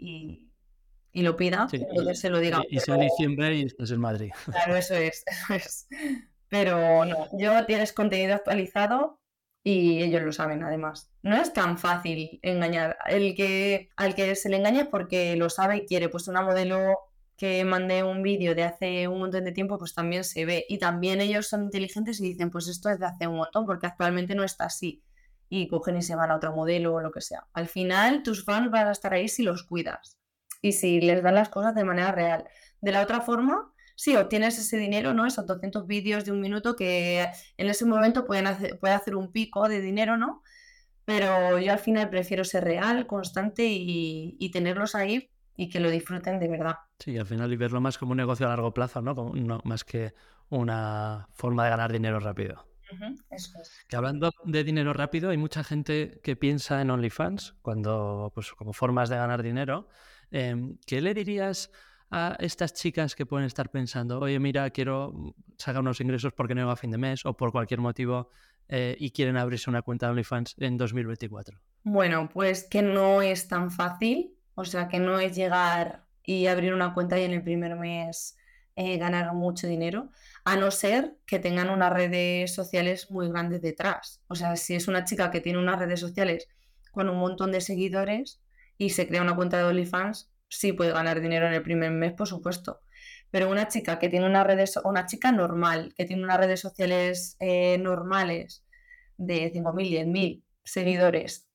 Speaker 2: y lo pida,
Speaker 1: Sí,
Speaker 2: entonces se lo diga.
Speaker 1: y sea diciembre y estás en Madrid.
Speaker 2: Claro, eso es, eso es. Pero no, yo tienes contenido actualizado y ellos lo saben además. No es tan fácil engañar. Al que se le engaña es porque lo sabe y quiere. Pues una modelo que mandé un vídeo de hace un montón de tiempo, pues también se ve. Y también ellos son inteligentes y dicen, pues esto es de hace un montón, porque actualmente no está así. Y cogen y se van a otro modelo o lo que sea. Al final, tus fans van a estar ahí si los cuidas y si les dan las cosas de manera real. De la otra forma, sí, obtienes ese dinero, ¿no? Esos 200 vídeos de un minuto que en ese momento puede hacer un pico de dinero, ¿no? Pero yo al final prefiero ser real, constante y tenerlos ahí y que lo disfruten de verdad.
Speaker 1: Sí, al final y verlo más como un negocio a largo plazo, ¿no? Más que una forma de ganar dinero rápido.
Speaker 2: Eso es.
Speaker 1: Que hablando de dinero rápido, hay mucha gente que piensa en OnlyFans cuando, pues, como formas de ganar dinero. ¿Qué le dirías a estas chicas que pueden estar pensando, oye, mira, quiero sacar unos ingresos porque no llego a fin de mes o por cualquier motivo y quieren abrirse una cuenta de OnlyFans en 2024?
Speaker 2: Bueno, pues que no es tan fácil, o sea, que no es llegar y abrir una cuenta y en el primer mes ganar mucho dinero, a no ser que tengan unas redes sociales muy grandes detrás. O sea, si es una chica que tiene unas redes sociales con un montón de seguidores y se crea una cuenta de OnlyFans, sí puede ganar dinero en el primer mes, por supuesto. Pero una chica que tiene una chica normal, que tiene unas redes sociales normales de 5.000, 10.000 seguidores,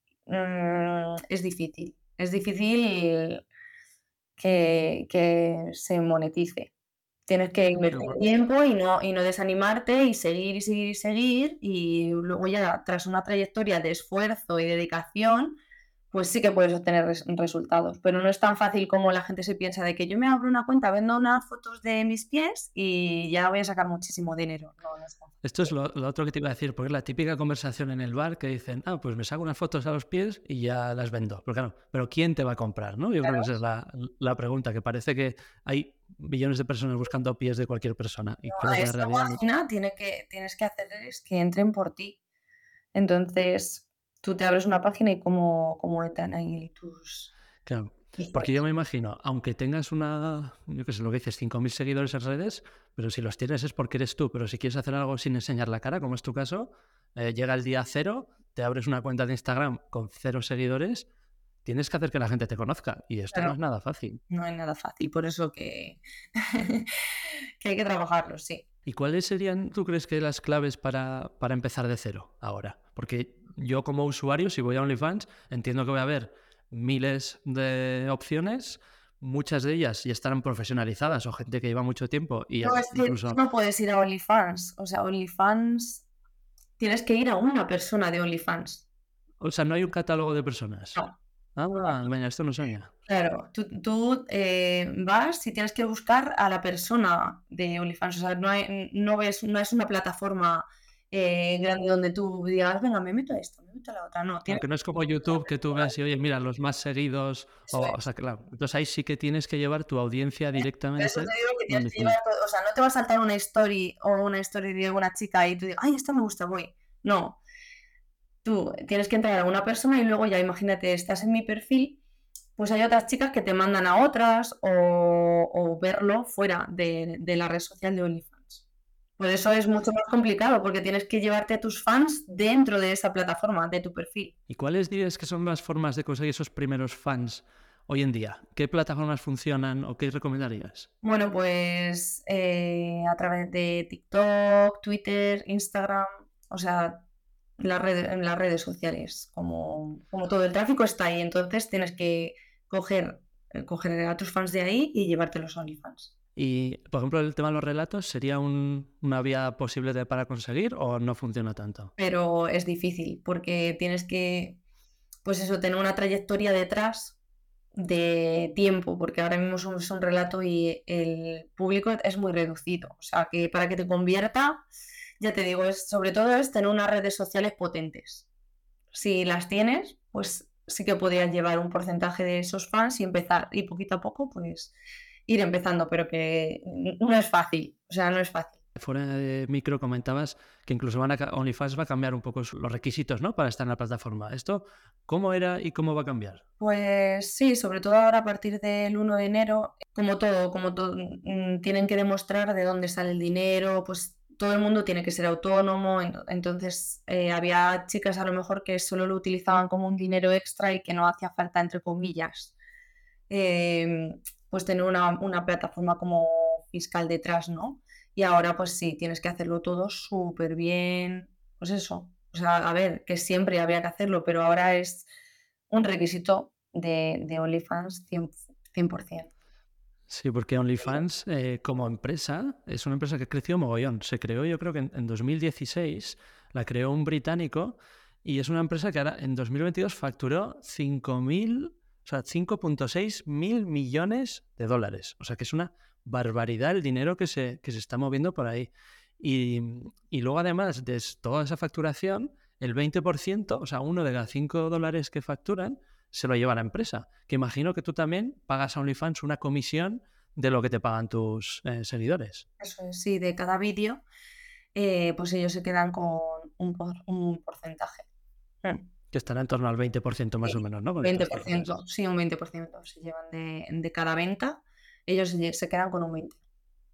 Speaker 2: es difícil. Es difícil que se monetice. Tienes que
Speaker 1: No,
Speaker 2: invertir tiempo y no desanimarte y seguir y seguir y seguir. Y luego ya, tras una trayectoria de esfuerzo y dedicación, pues sí que puedes obtener resultados. Pero no es tan fácil como la gente se piensa de que yo me abro una cuenta, vendo unas fotos de mis pies y ya voy a sacar muchísimo dinero. No, no es tan fácil.
Speaker 1: esto es lo otro que te iba a decir, porque es la típica conversación en el bar que dicen, pues me saco unas fotos a los pies y ya las vendo. Pero claro, ¿pero quién te va a comprar? ¿No? Yo creo que esa es la pregunta, que parece que hay billones de personas buscando pies de cualquier persona. Y creo
Speaker 2: A
Speaker 1: que la
Speaker 2: esta
Speaker 1: realidad no es...
Speaker 2: página tienes que hacer es que entren por ti. Entonces, tú te abres una página y cómo entran ahí
Speaker 1: Claro,
Speaker 2: tus
Speaker 1: porque yo
Speaker 2: fans.
Speaker 1: me imagino, aunque tengas yo qué sé, lo que dices, 5.000 seguidores en redes, pero si los tienes es porque eres tú, pero si quieres hacer algo sin enseñar la cara, como es tu caso, llega el día cero, te abres una cuenta de Instagram con 0 seguidores, tienes que hacer que la gente te conozca y esto no
Speaker 2: Claro,
Speaker 1: es nada fácil.
Speaker 2: no es nada fácil, por eso que, que hay que trabajarlo, sí.
Speaker 1: ¿Y cuáles serían, tú crees que las claves para empezar de cero ahora? Porque yo como usuario, si voy a OnlyFans, entiendo que voy a ver miles de opciones, muchas de ellas ya estarán profesionalizadas o gente que lleva mucho tiempo y
Speaker 2: No, es que tú
Speaker 1: incluso,
Speaker 2: no puedes ir a OnlyFans. O sea, OnlyFans, tienes que ir a una persona de OnlyFans.
Speaker 1: o sea, no hay un catálogo de personas.
Speaker 2: No,
Speaker 1: Venga, esto no sabía.
Speaker 2: claro, tú vas y tienes que buscar a la persona de OnlyFans. O sea, no es una plataforma grande donde tú digas, venga, me meto a esto, me meto a la otra. No, tienes
Speaker 1: Aunque no es como YouTube que tú veas y, oye, mira, los más seguidos,
Speaker 2: eso
Speaker 1: o
Speaker 2: es.
Speaker 1: sea, claro, entonces ahí sí que tienes que llevar tu audiencia
Speaker 2: Por eso te
Speaker 1: directamente
Speaker 2: digo que tienes
Speaker 1: donde
Speaker 2: que llevar
Speaker 1: están.
Speaker 2: todo. O sea, no te va a saltar una story o una story de alguna chica y tú digas, ay, esta me gusta, voy. No, tú tienes que entrar a una persona y luego ya imagínate, estás en mi perfil, pues hay otras chicas que te mandan a otras o verlo fuera de la red social de OnlyFans. Por eso es mucho más complicado, porque tienes que llevarte a tus fans dentro de esa plataforma, de tu perfil.
Speaker 1: ¿Y cuáles dirías que son las formas de conseguir esos primeros fans hoy en día? ¿Qué plataformas funcionan o qué recomendarías?
Speaker 2: Bueno, pues a través de TikTok, Twitter, Instagram, o sea, en las redes sociales, como todo el tráfico está ahí, entonces tienes que coger a tus fans de ahí y llevártelos a OnlyFans.
Speaker 1: Y, por ejemplo, el tema de los relatos, ¿sería una vía posible para conseguir o no funciona tanto?
Speaker 2: Pero es difícil porque tienes que, pues eso, tener una trayectoria detrás de tiempo, porque ahora mismo somos un relato y el público es muy reducido. O sea, que para que te convierta, ya te digo, sobre todo es tener unas redes sociales potentes. Si las tienes, pues sí que podrías llevar un porcentaje de esos fans y empezar, y poquito a poco, pues ir empezando, pero que no es fácil, o sea, no es fácil.
Speaker 1: Fuera de micro comentabas que incluso OnlyFans va a cambiar un poco los requisitos, ¿no? Para estar en la plataforma. ¿Esto cómo era y cómo va a cambiar?
Speaker 2: Pues sí, sobre todo ahora a partir del 1 de enero, como todo, tienen que demostrar de dónde sale el dinero, pues todo el mundo tiene que ser autónomo, entonces había chicas a lo mejor que solo lo utilizaban como un dinero extra y que no hacía falta, entre comillas, eh, pues tener una plataforma como fiscal detrás, ¿no? Y ahora pues sí, tienes que hacerlo todo súper bien, pues eso. O sea, a ver, que siempre había que hacerlo, pero ahora es un requisito de OnlyFans 100%.
Speaker 1: Sí, porque OnlyFans como empresa es una empresa que creció mogollón. Se creó yo creo que en 2016, la creó un británico y es una empresa que ahora en 2022 facturó 5,6 mil millones de dólares. O sea que es una barbaridad el dinero que se está moviendo por ahí. Y luego además de toda esa facturación, el 20%, o sea, uno de cada $5 que facturan, se lo lleva la empresa. Que imagino que tú también pagas a OnlyFans una comisión de lo que te pagan tus seguidores.
Speaker 2: Eso es, sí, de cada vídeo, pues ellos se quedan con un porcentaje.
Speaker 1: Que estará en torno al 20% más o
Speaker 2: Sí,
Speaker 1: menos, ¿no? Con estas cifras.
Speaker 2: 20%, sí, un 20% se llevan de cada venta, ellos se quedan con un 20%.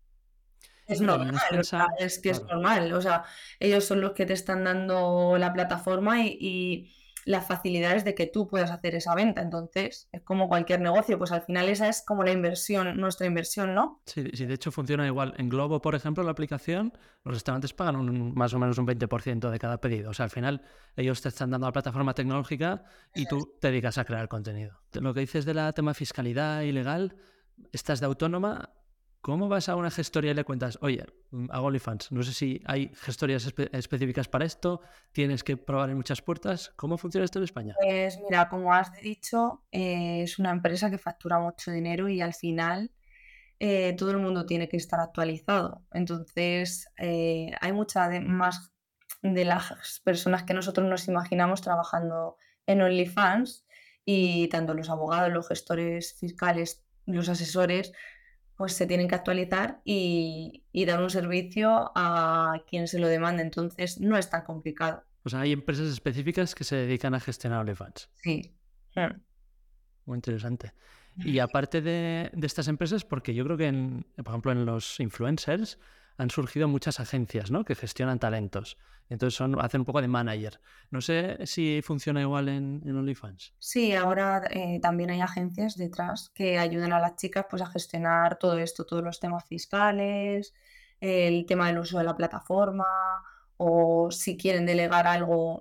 Speaker 2: Es
Speaker 1: ¿Y
Speaker 2: normal,
Speaker 1: no has
Speaker 2: o sea,
Speaker 1: pensado?
Speaker 2: es que es
Speaker 1: Claro.
Speaker 2: normal, o sea, ellos son los que te están dando la plataforma y las facilidades de que tú puedas hacer esa venta. Entonces, es como cualquier negocio, pues al final esa es como la inversión, nuestra inversión, ¿no?
Speaker 1: Sí, sí, de hecho funciona igual. En Globo, por ejemplo, la aplicación, los restaurantes pagan más o menos un 20% de cada pedido. O sea, al final ellos te están dando la plataforma tecnológica y
Speaker 2: Eso es.
Speaker 1: tú te dedicas a crear contenido. Lo que dices de la tema fiscalidad y legal, estás de autónoma. ¿Cómo vas a una gestoría y le cuentas, oye, hago OnlyFans? No sé si hay gestorías específicas para esto, tienes que probar en muchas puertas. ¿Cómo funciona esto en España?
Speaker 2: Pues mira, como has dicho, es una empresa que factura mucho dinero y al final todo el mundo tiene que estar actualizado. Entonces, hay más de las personas que nosotros nos imaginamos trabajando en OnlyFans y tanto los abogados, los gestores fiscales, los asesores, pues se tienen que actualizar y dar un servicio a quien se lo demande. Entonces, no es tan complicado.
Speaker 1: O sea, hay empresas específicas que se dedican a gestionar OnlyFans.
Speaker 2: Sí. Mm.
Speaker 1: Muy interesante. Y aparte de estas empresas, porque yo creo que, por ejemplo, en los influencers han surgido muchas agencias, ¿no? Que gestionan talentos. Entonces hacen un poco de manager. No sé si funciona igual en OnlyFans.
Speaker 2: Sí, ahora también hay agencias detrás que ayudan a las chicas pues, a gestionar todo esto, todos los temas fiscales, el tema del uso de la plataforma, o si quieren delegar algo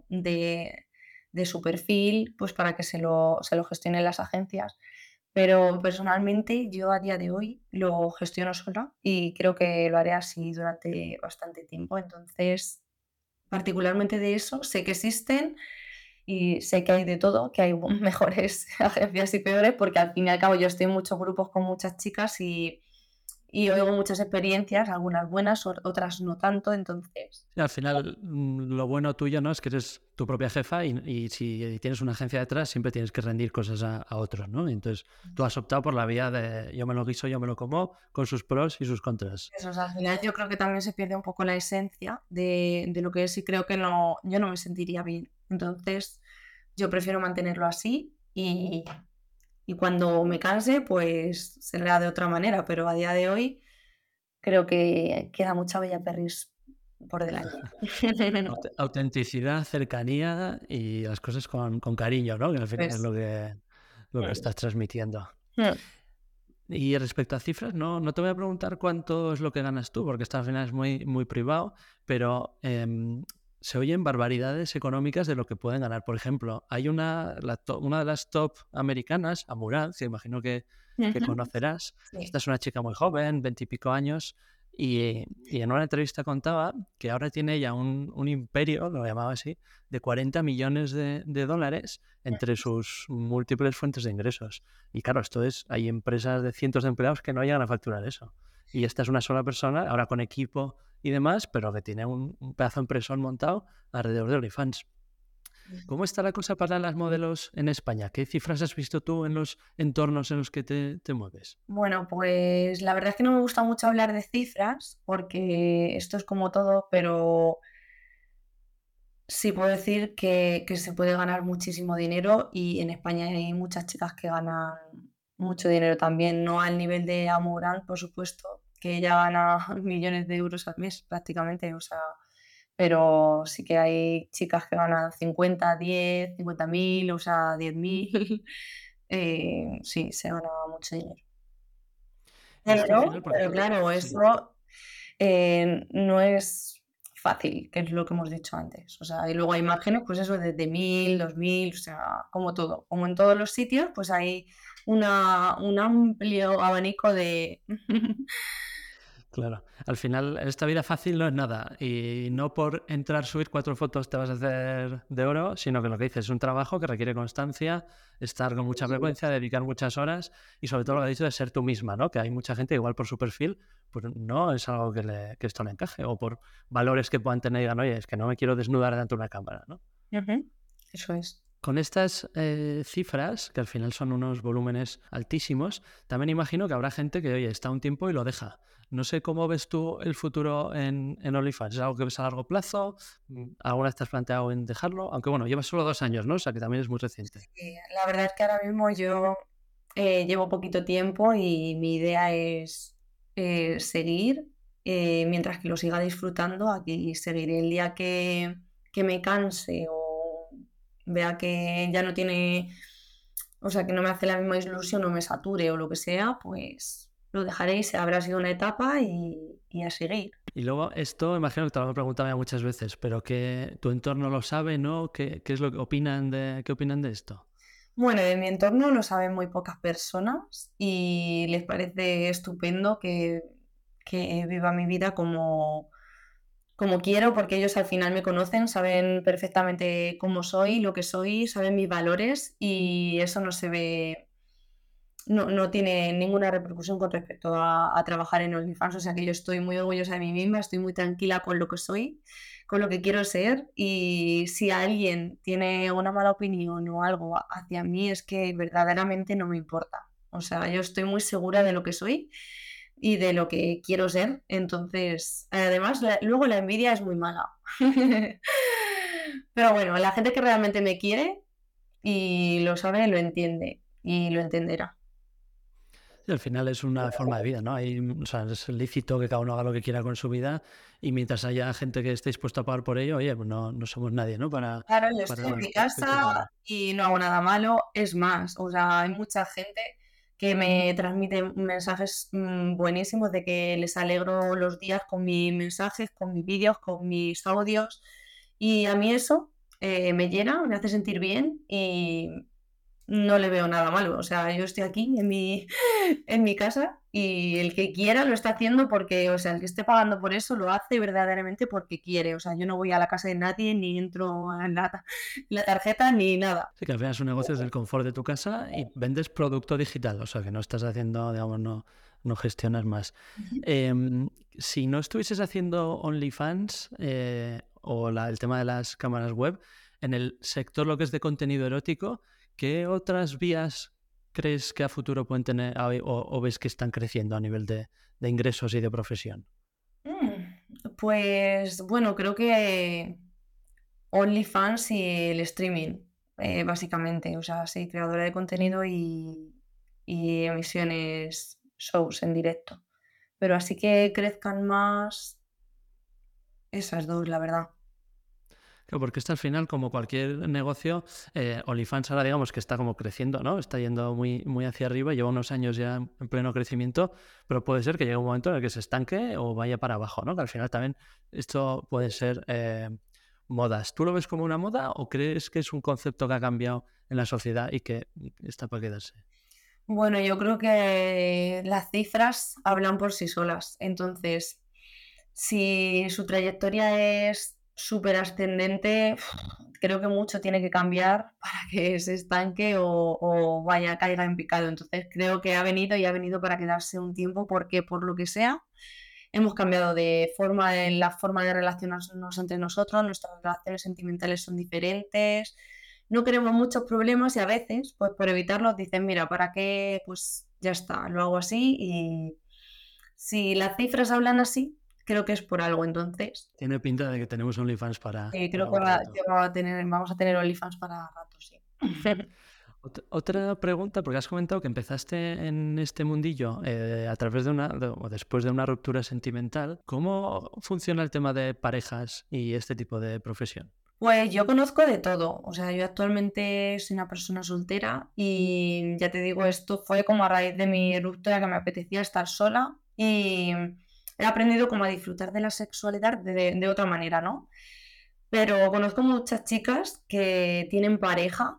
Speaker 2: de su perfil, pues para que se lo gestionen las agencias. Pero personalmente yo a día de hoy lo gestiono sola y creo que lo haré así durante bastante tiempo. Entonces, particularmente de eso, sé que existen y sé que hay de todo, que hay mejores agencias y peores, porque al fin y al cabo yo estoy en muchos grupos con muchas chicas y oigo muchas experiencias, algunas buenas, otras no tanto, entonces,
Speaker 1: Sí, al final, lo bueno tuyo, ¿no? Es que eres tu propia jefa y si tienes una agencia detrás, siempre tienes que rendir cosas a otros, ¿no? Entonces, tú has optado por la vía de yo me lo guiso, yo me lo como, con sus pros y sus contras.
Speaker 2: eso, o sea, al final yo creo que también se pierde un poco la esencia de lo que es y creo que no, yo no me sentiría bien. Entonces, yo prefiero mantenerlo así y cuando me canse, pues será de otra manera, pero a día de hoy creo que queda mucha bella perris por delante.
Speaker 1: Autenticidad, cercanía y las cosas con cariño, ¿no? Que al final es
Speaker 2: Pues,
Speaker 1: lo que estás transmitiendo.
Speaker 2: mm,
Speaker 1: Y respecto a cifras, no te voy a preguntar cuánto es lo que ganas tú, porque esto al final es muy, muy privado, pero se oyen barbaridades económicas de lo que pueden ganar. Por ejemplo, hay una de las top americanas, Amurad, que imagino que
Speaker 2: Ujú.
Speaker 1: conocerás.
Speaker 2: Sí.
Speaker 1: Esta es una chica muy joven, 20 y pico años, y en una entrevista contaba que ahora tiene ella un imperio, lo llamaba así, de 40 millones de dólares entre sus múltiples fuentes de ingresos. Y claro, hay empresas de cientos de empleados que no llegan a facturar eso. Y esta es una sola persona, ahora con equipo y demás, pero que tiene un pedazo de impresor montado alrededor de OnlyFans. ¿Cómo está la cosa para las modelos en España? ¿Qué cifras has visto tú en los entornos en los que te mueves?
Speaker 2: Bueno, pues la verdad es que no me gusta mucho hablar de cifras porque esto es como todo, pero sí puedo decir que se puede ganar muchísimo dinero y en España hay muchas chicas que ganan mucho dinero también, no al nivel de Amouran, por supuesto, que ella gana millones de euros al mes prácticamente, o sea, pero sí que hay chicas que ganan 50, 10, 50.000, o sea, 10.000. Sí, se gana mucho dinero.
Speaker 1: Y esto al final, por
Speaker 2: Pero
Speaker 1: ejemplo,
Speaker 2: claro,
Speaker 1: sí.
Speaker 2: eso no es fácil, que es lo que hemos dicho antes. O sea, y luego hay márgenes, pues eso, desde 1.000, 2.000, o sea, como todo. Como en todos los sitios, pues hay un amplio abanico de...
Speaker 1: Claro, al final esta vida fácil no es nada y no por entrar, subir 4 fotos te vas a hacer de oro, sino que lo que dices es un trabajo que requiere constancia, estar con mucha frecuencia, dedicar muchas horas y sobre todo lo que has dicho de ser tú misma, ¿no? Que hay mucha gente igual por su perfil, pues no es algo que esto le encaje o por valores que puedan tener y digan, oye, es que no me quiero desnudar delante de una cámara, ¿no?
Speaker 2: Ujú. Eso es.
Speaker 1: Con estas cifras, que al final son unos volúmenes altísimos, también imagino que habrá gente que, oye, está un tiempo y lo deja. No sé cómo ves tú el futuro en OnlyFans. ¿Es algo que ves a largo plazo? ¿Alguna vez te has planteado en dejarlo? Aunque bueno, llevas solo 2 años, ¿no? O sea que también es muy reciente.
Speaker 2: La verdad es que ahora mismo yo llevo poquito tiempo y mi idea es seguir, mientras que lo siga disfrutando, aquí seguiré. El día que me canse o vea que ya no tiene, o sea, que no me hace la misma ilusión o me sature o lo que sea, pues lo dejaré y se habrá sido una etapa y a seguir.
Speaker 1: Y luego esto, imagino que te lo han preguntado ya muchas veces, pero que tu entorno lo sabe, ¿no? ¿Qué es lo que opinan de esto?
Speaker 2: Bueno, de mi entorno lo saben muy pocas personas y les parece estupendo que viva mi vida como quiero, porque ellos al final me conocen, saben perfectamente cómo soy, lo que soy, saben mis valores y eso no se ve, no tiene ninguna repercusión con respecto a trabajar en OnlyFans. O sea que yo estoy muy orgullosa de mí misma, estoy muy tranquila con lo que soy, con lo que quiero ser y si alguien tiene una mala opinión o algo hacia mí es que verdaderamente no me importa. O sea, yo estoy muy segura de lo que soy y de lo que quiero ser. Entonces, además, luego la envidia es muy mala. Pero bueno, la gente que realmente me quiere y lo sabe, lo entiende y lo entenderá.
Speaker 1: Sí, al final es una forma de vida, ¿no? O sea, es lícito que cada uno haga lo que quiera con su vida y mientras haya gente que esté dispuesta a pagar por ello, oye, pues no somos nadie, ¿no?
Speaker 2: Claro, yo estoy en
Speaker 1: Para
Speaker 2: mi casa
Speaker 1: criticarlo.
Speaker 2: y no hago nada malo. Es más, o sea, hay mucha gente que me transmite mensajes buenísimos de que les alegro los días con mis mensajes, con mis vídeos, con mis audios. Y a mí eso me llena, me hace sentir bien y no le veo nada malo. O sea, yo estoy aquí en mi casa y el que quiera lo está haciendo porque, o sea, el que esté pagando por eso lo hace verdaderamente porque quiere. O sea, yo no voy a la casa de nadie ni entro en la tarjeta ni nada.
Speaker 1: Sí, que al final es un negocio desde el confort de tu casa y vendes producto digital, o sea que no estás haciendo, digamos, no gestionas más. Si no estuvieses haciendo OnlyFans o el tema de las cámaras web, en el sector lo que es de contenido erótico, ¿qué otras vías crees que a futuro pueden tener o ves que están creciendo a nivel de ingresos y de profesión?
Speaker 2: Pues bueno, creo que OnlyFans y el streaming, básicamente. O sea, sí, creadora de contenido y emisiones, shows en directo. Pero así que crezcan más esas dos, la verdad.
Speaker 1: Claro, porque esto al final, como cualquier negocio, OnlyFans ahora digamos que está como creciendo, ¿no? Está yendo muy, muy hacia arriba, lleva unos años ya en pleno crecimiento, pero puede ser que llegue un momento en el que se estanque o vaya para abajo, ¿no? Que al final también esto puede ser modas. ¿Tú lo ves como una moda o crees que es un concepto que ha cambiado en la sociedad y que está para quedarse?
Speaker 2: Bueno, yo creo que las cifras hablan por sí solas. Entonces, si su trayectoria es súper ascendente, creo que mucho tiene que cambiar para que se estanque o vaya, caiga en picado. Entonces, creo que ha venido y ha venido para quedarse un tiempo porque, por lo que sea, hemos cambiado de forma en la forma de relacionarnos entre nosotros, nuestras relaciones sentimentales son diferentes, no queremos muchos problemas y a veces, pues por evitarlos, dicen, mira, ¿para qué? Pues ya está, lo hago así y si las cifras hablan así, creo que es por algo. Entonces,
Speaker 1: Tiene pinta de que tenemos OnlyFans
Speaker 2: creo
Speaker 1: para
Speaker 2: que
Speaker 1: un rato.
Speaker 2: vamos a tener OnlyFans para rato, sí.
Speaker 1: Otra pregunta, porque has comentado que empezaste en este mundillo a través o después de una ruptura sentimental. ¿Cómo funciona el tema de parejas y este tipo de profesión?
Speaker 2: Pues yo conozco de todo, o sea, yo actualmente soy una persona soltera y ya te digo, esto fue como a raíz de mi ruptura que me apetecía estar sola y he aprendido como a disfrutar de la sexualidad de otra manera, ¿no? Pero conozco muchas chicas que tienen pareja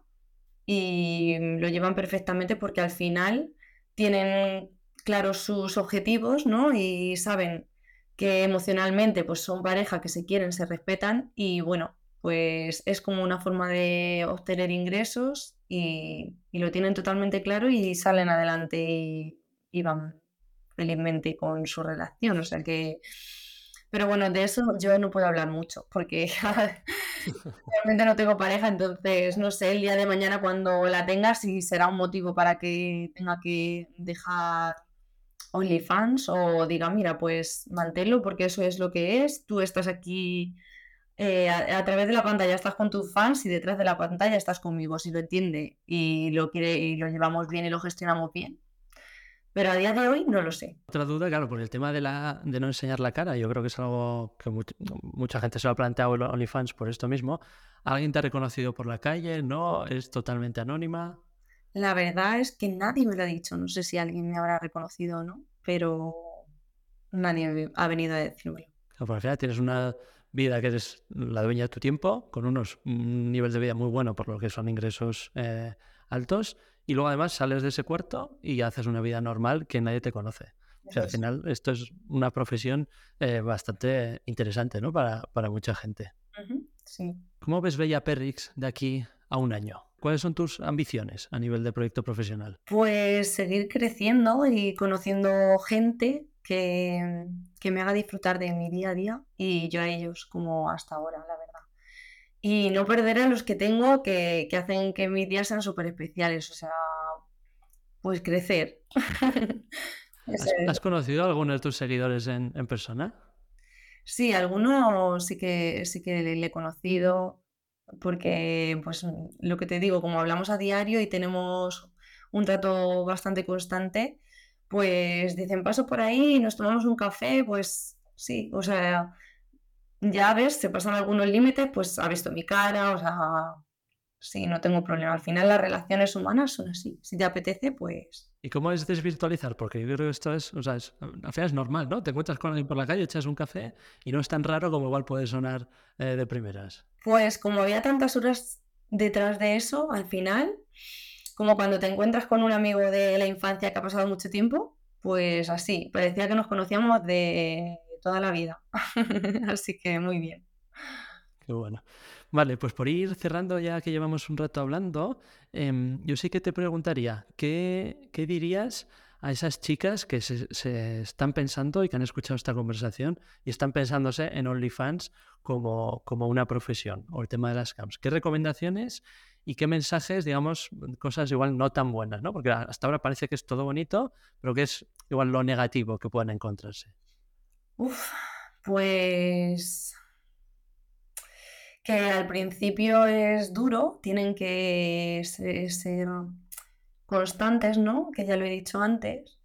Speaker 2: y lo llevan perfectamente porque al final tienen claros sus objetivos, ¿no? Y saben que emocionalmente pues son pareja que se quieren, se respetan y bueno, pues es como una forma de obtener ingresos y lo tienen totalmente claro y salen adelante y van felizmente con su relación. O sea que, pero bueno, de eso yo no puedo hablar mucho porque realmente no tengo pareja, entonces no sé, el día de mañana cuando la tenga si será un motivo para que tenga que dejar OnlyFans o diga, mira, pues manténlo porque eso es lo que es, tú estás aquí a través de la pantalla estás con tus fans y detrás de la pantalla estás conmigo, si lo entiende y lo quiere y lo llevamos bien y lo gestionamos bien. Pero a día de hoy no lo sé.
Speaker 1: Otra duda, claro, por el tema de no enseñar la cara, yo creo que es algo que mucha gente se lo ha planteado en OnlyFans por esto mismo. ¿Alguien te ha reconocido por la calle? ¿No? ¿Es totalmente anónima?
Speaker 2: La verdad es que nadie me lo ha dicho, no sé si alguien me habrá reconocido o no, pero nadie ha venido a decírmelo.
Speaker 1: Claro, porque al final tienes una vida que eres la dueña de tu tiempo, con un nivel de vida muy bueno por lo que son ingresos altos, y luego además sales de ese cuarto y haces una vida normal que nadie te conoce. O sea,
Speaker 2: Eso
Speaker 1: al
Speaker 2: es.
Speaker 1: final esto es una profesión bastante interesante, ¿no? Para mucha gente.
Speaker 2: Ujú, sí.
Speaker 1: ¿Cómo ves Bella Perrix de aquí a un año? ¿Cuáles son tus ambiciones a nivel de proyecto profesional?
Speaker 2: Pues seguir creciendo y conociendo gente que me haga disfrutar de mi día a día y yo a ellos como hasta ahora, la verdad. Y no perder a los que tengo que hacen que mis días sean súper especiales, o sea, pues crecer. Eso
Speaker 1: ¿Has
Speaker 2: es.
Speaker 1: conocido a algunos de tus seguidores en persona?
Speaker 2: Sí, algunos sí que le he conocido, porque pues lo que te digo, como hablamos a diario y tenemos un trato bastante constante, pues dicen paso por ahí y nos tomamos un café, pues sí, o sea, ya ves, se pasan algunos límites, pues ha visto mi cara, o sea, sí, no tengo problema. Al final las relaciones humanas son así. Si te apetece, pues
Speaker 1: ¿Y cómo es desvirtualizar? Porque yo creo que esto es, o sea, al final es normal, ¿no? Te encuentras con alguien por la calle, echas un café y no es tan raro como igual puede sonar de primeras.
Speaker 2: Pues como había tantas horas detrás de eso, al final, como cuando te encuentras con un amigo de la infancia que ha pasado mucho tiempo, pues así, parecía que nos conocíamos de toda la vida. Así que muy bien.
Speaker 1: Qué bueno. Vale, pues por ir cerrando ya que llevamos un rato hablando, yo sí que te preguntaría, ¿qué dirías a esas chicas que se están pensando y que han escuchado esta conversación y están pensándose en OnlyFans como una profesión o el tema de las cams? ¿Qué recomendaciones y qué mensajes, digamos, cosas igual no tan buenas, ¿no? Porque hasta ahora parece que es todo bonito, pero que es igual lo negativo que puedan encontrarse.
Speaker 2: Uf, pues que al principio es duro, tienen que ser constantes, ¿no? Que ya lo he dicho antes,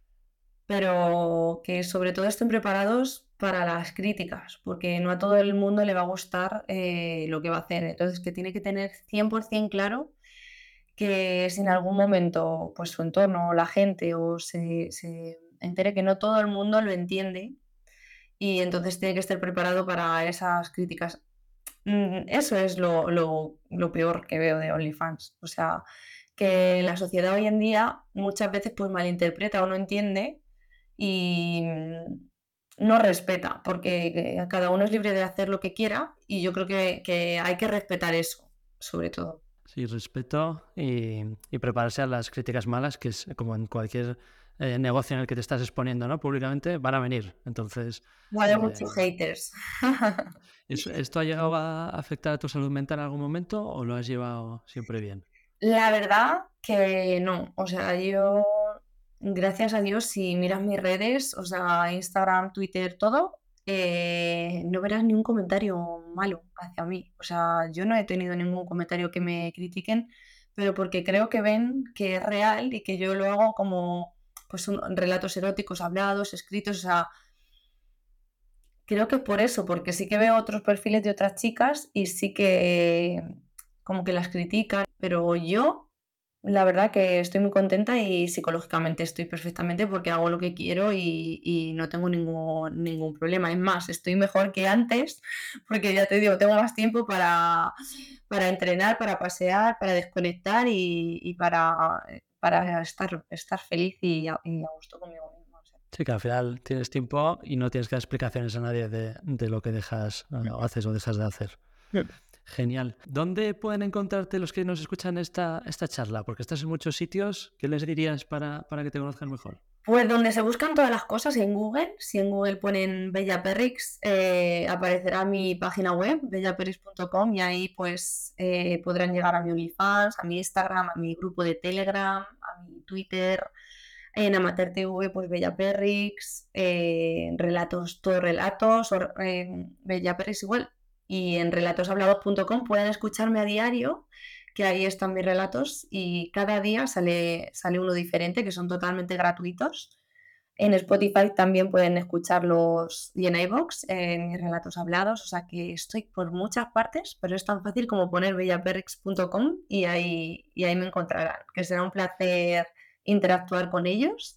Speaker 2: pero que sobre todo estén preparados para las críticas, porque no a todo el mundo le va a gustar lo que va a hacer. Entonces, que tiene que tener 100% claro que si en algún momento pues, su entorno o la gente o se entere que no todo el mundo lo entiende y entonces tiene que estar preparado para esas críticas. Eso es lo peor que veo de OnlyFans. O sea, que la sociedad hoy en día muchas veces pues malinterpreta o no entiende y no respeta, porque cada uno es libre de hacer lo que quiera y yo creo que hay que respetar eso, sobre todo.
Speaker 1: Sí, respeto y prepararse a las críticas malas, que es como en cualquier negocio en el que te estás exponiendo, ¿no? Públicamente, van a venir. Entonces,
Speaker 2: Va a haber
Speaker 1: eh,
Speaker 2: muchos haters.
Speaker 1: ¿esto ha llegado a afectar a tu salud mental en algún momento o lo has llevado siempre bien?
Speaker 2: La verdad que no, o sea, yo, gracias a Dios, si miras mis redes, o sea, Instagram, Twitter, todo, no verás ni un comentario malo hacia mí. O sea, yo no he tenido ningún comentario que me critiquen, pero porque creo que ven que es real y que yo lo hago como, pues, relatos eróticos hablados, escritos, o sea, creo que es por eso, porque sí que veo otros perfiles de otras chicas y sí que como que las critican, pero yo la verdad que estoy muy contenta y psicológicamente estoy perfectamente porque hago lo que quiero y no tengo ningún problema. Es más, estoy mejor que antes porque ya te digo, tengo más tiempo para entrenar, para pasear, para desconectar y para estar feliz y a gusto conmigo misma. O sea.
Speaker 1: Sí, que al final tienes tiempo y no tienes que dar explicaciones a nadie de lo que dejas o haces o dejas de hacer. Genial. ¿Dónde pueden encontrarte los que nos escuchan esta charla? Porque estás en muchos sitios. ¿Qué les dirías para que te conozcan mejor?
Speaker 2: Pues donde se buscan todas las cosas en Google, si en Google ponen Bella Perrix, aparecerá mi página web, bellaperrix.com, y ahí pues podrán llegar a mi OnlyFans, a mi Instagram, a mi grupo de Telegram, a mi Twitter, en Amateur TV, pues Bella Perrix, relatos, todos relatos, Bella Perrix igual, y en relatoshablados.com pueden escucharme a diario, que ahí están mis relatos y cada día sale uno diferente, que son totalmente gratuitos. En Spotify también pueden escucharlos y en iVoox, mis relatos hablados, o sea que estoy por muchas partes, pero es tan fácil como poner bellaperrix.com y ahí me encontrarán, que será un placer interactuar con ellos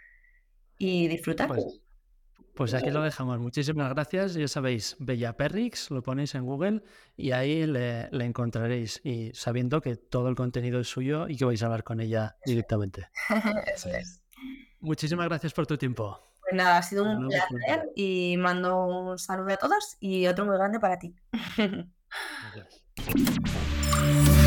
Speaker 2: y disfrutar.
Speaker 1: Pues, pues aquí lo dejamos. Muchísimas gracias. Ya sabéis, Bella Perrix, lo ponéis en Google y ahí le encontraréis. Y sabiendo que todo el contenido es suyo y que vais a hablar con ella
Speaker 2: Eso
Speaker 1: directamente.
Speaker 2: es. Eso es.
Speaker 1: Muchísimas gracias por tu tiempo.
Speaker 2: Pues nada, ha sido un
Speaker 1: Hablamos pronto.
Speaker 2: placer y mando un saludo a todos y otro muy grande para ti.
Speaker 1: Gracias.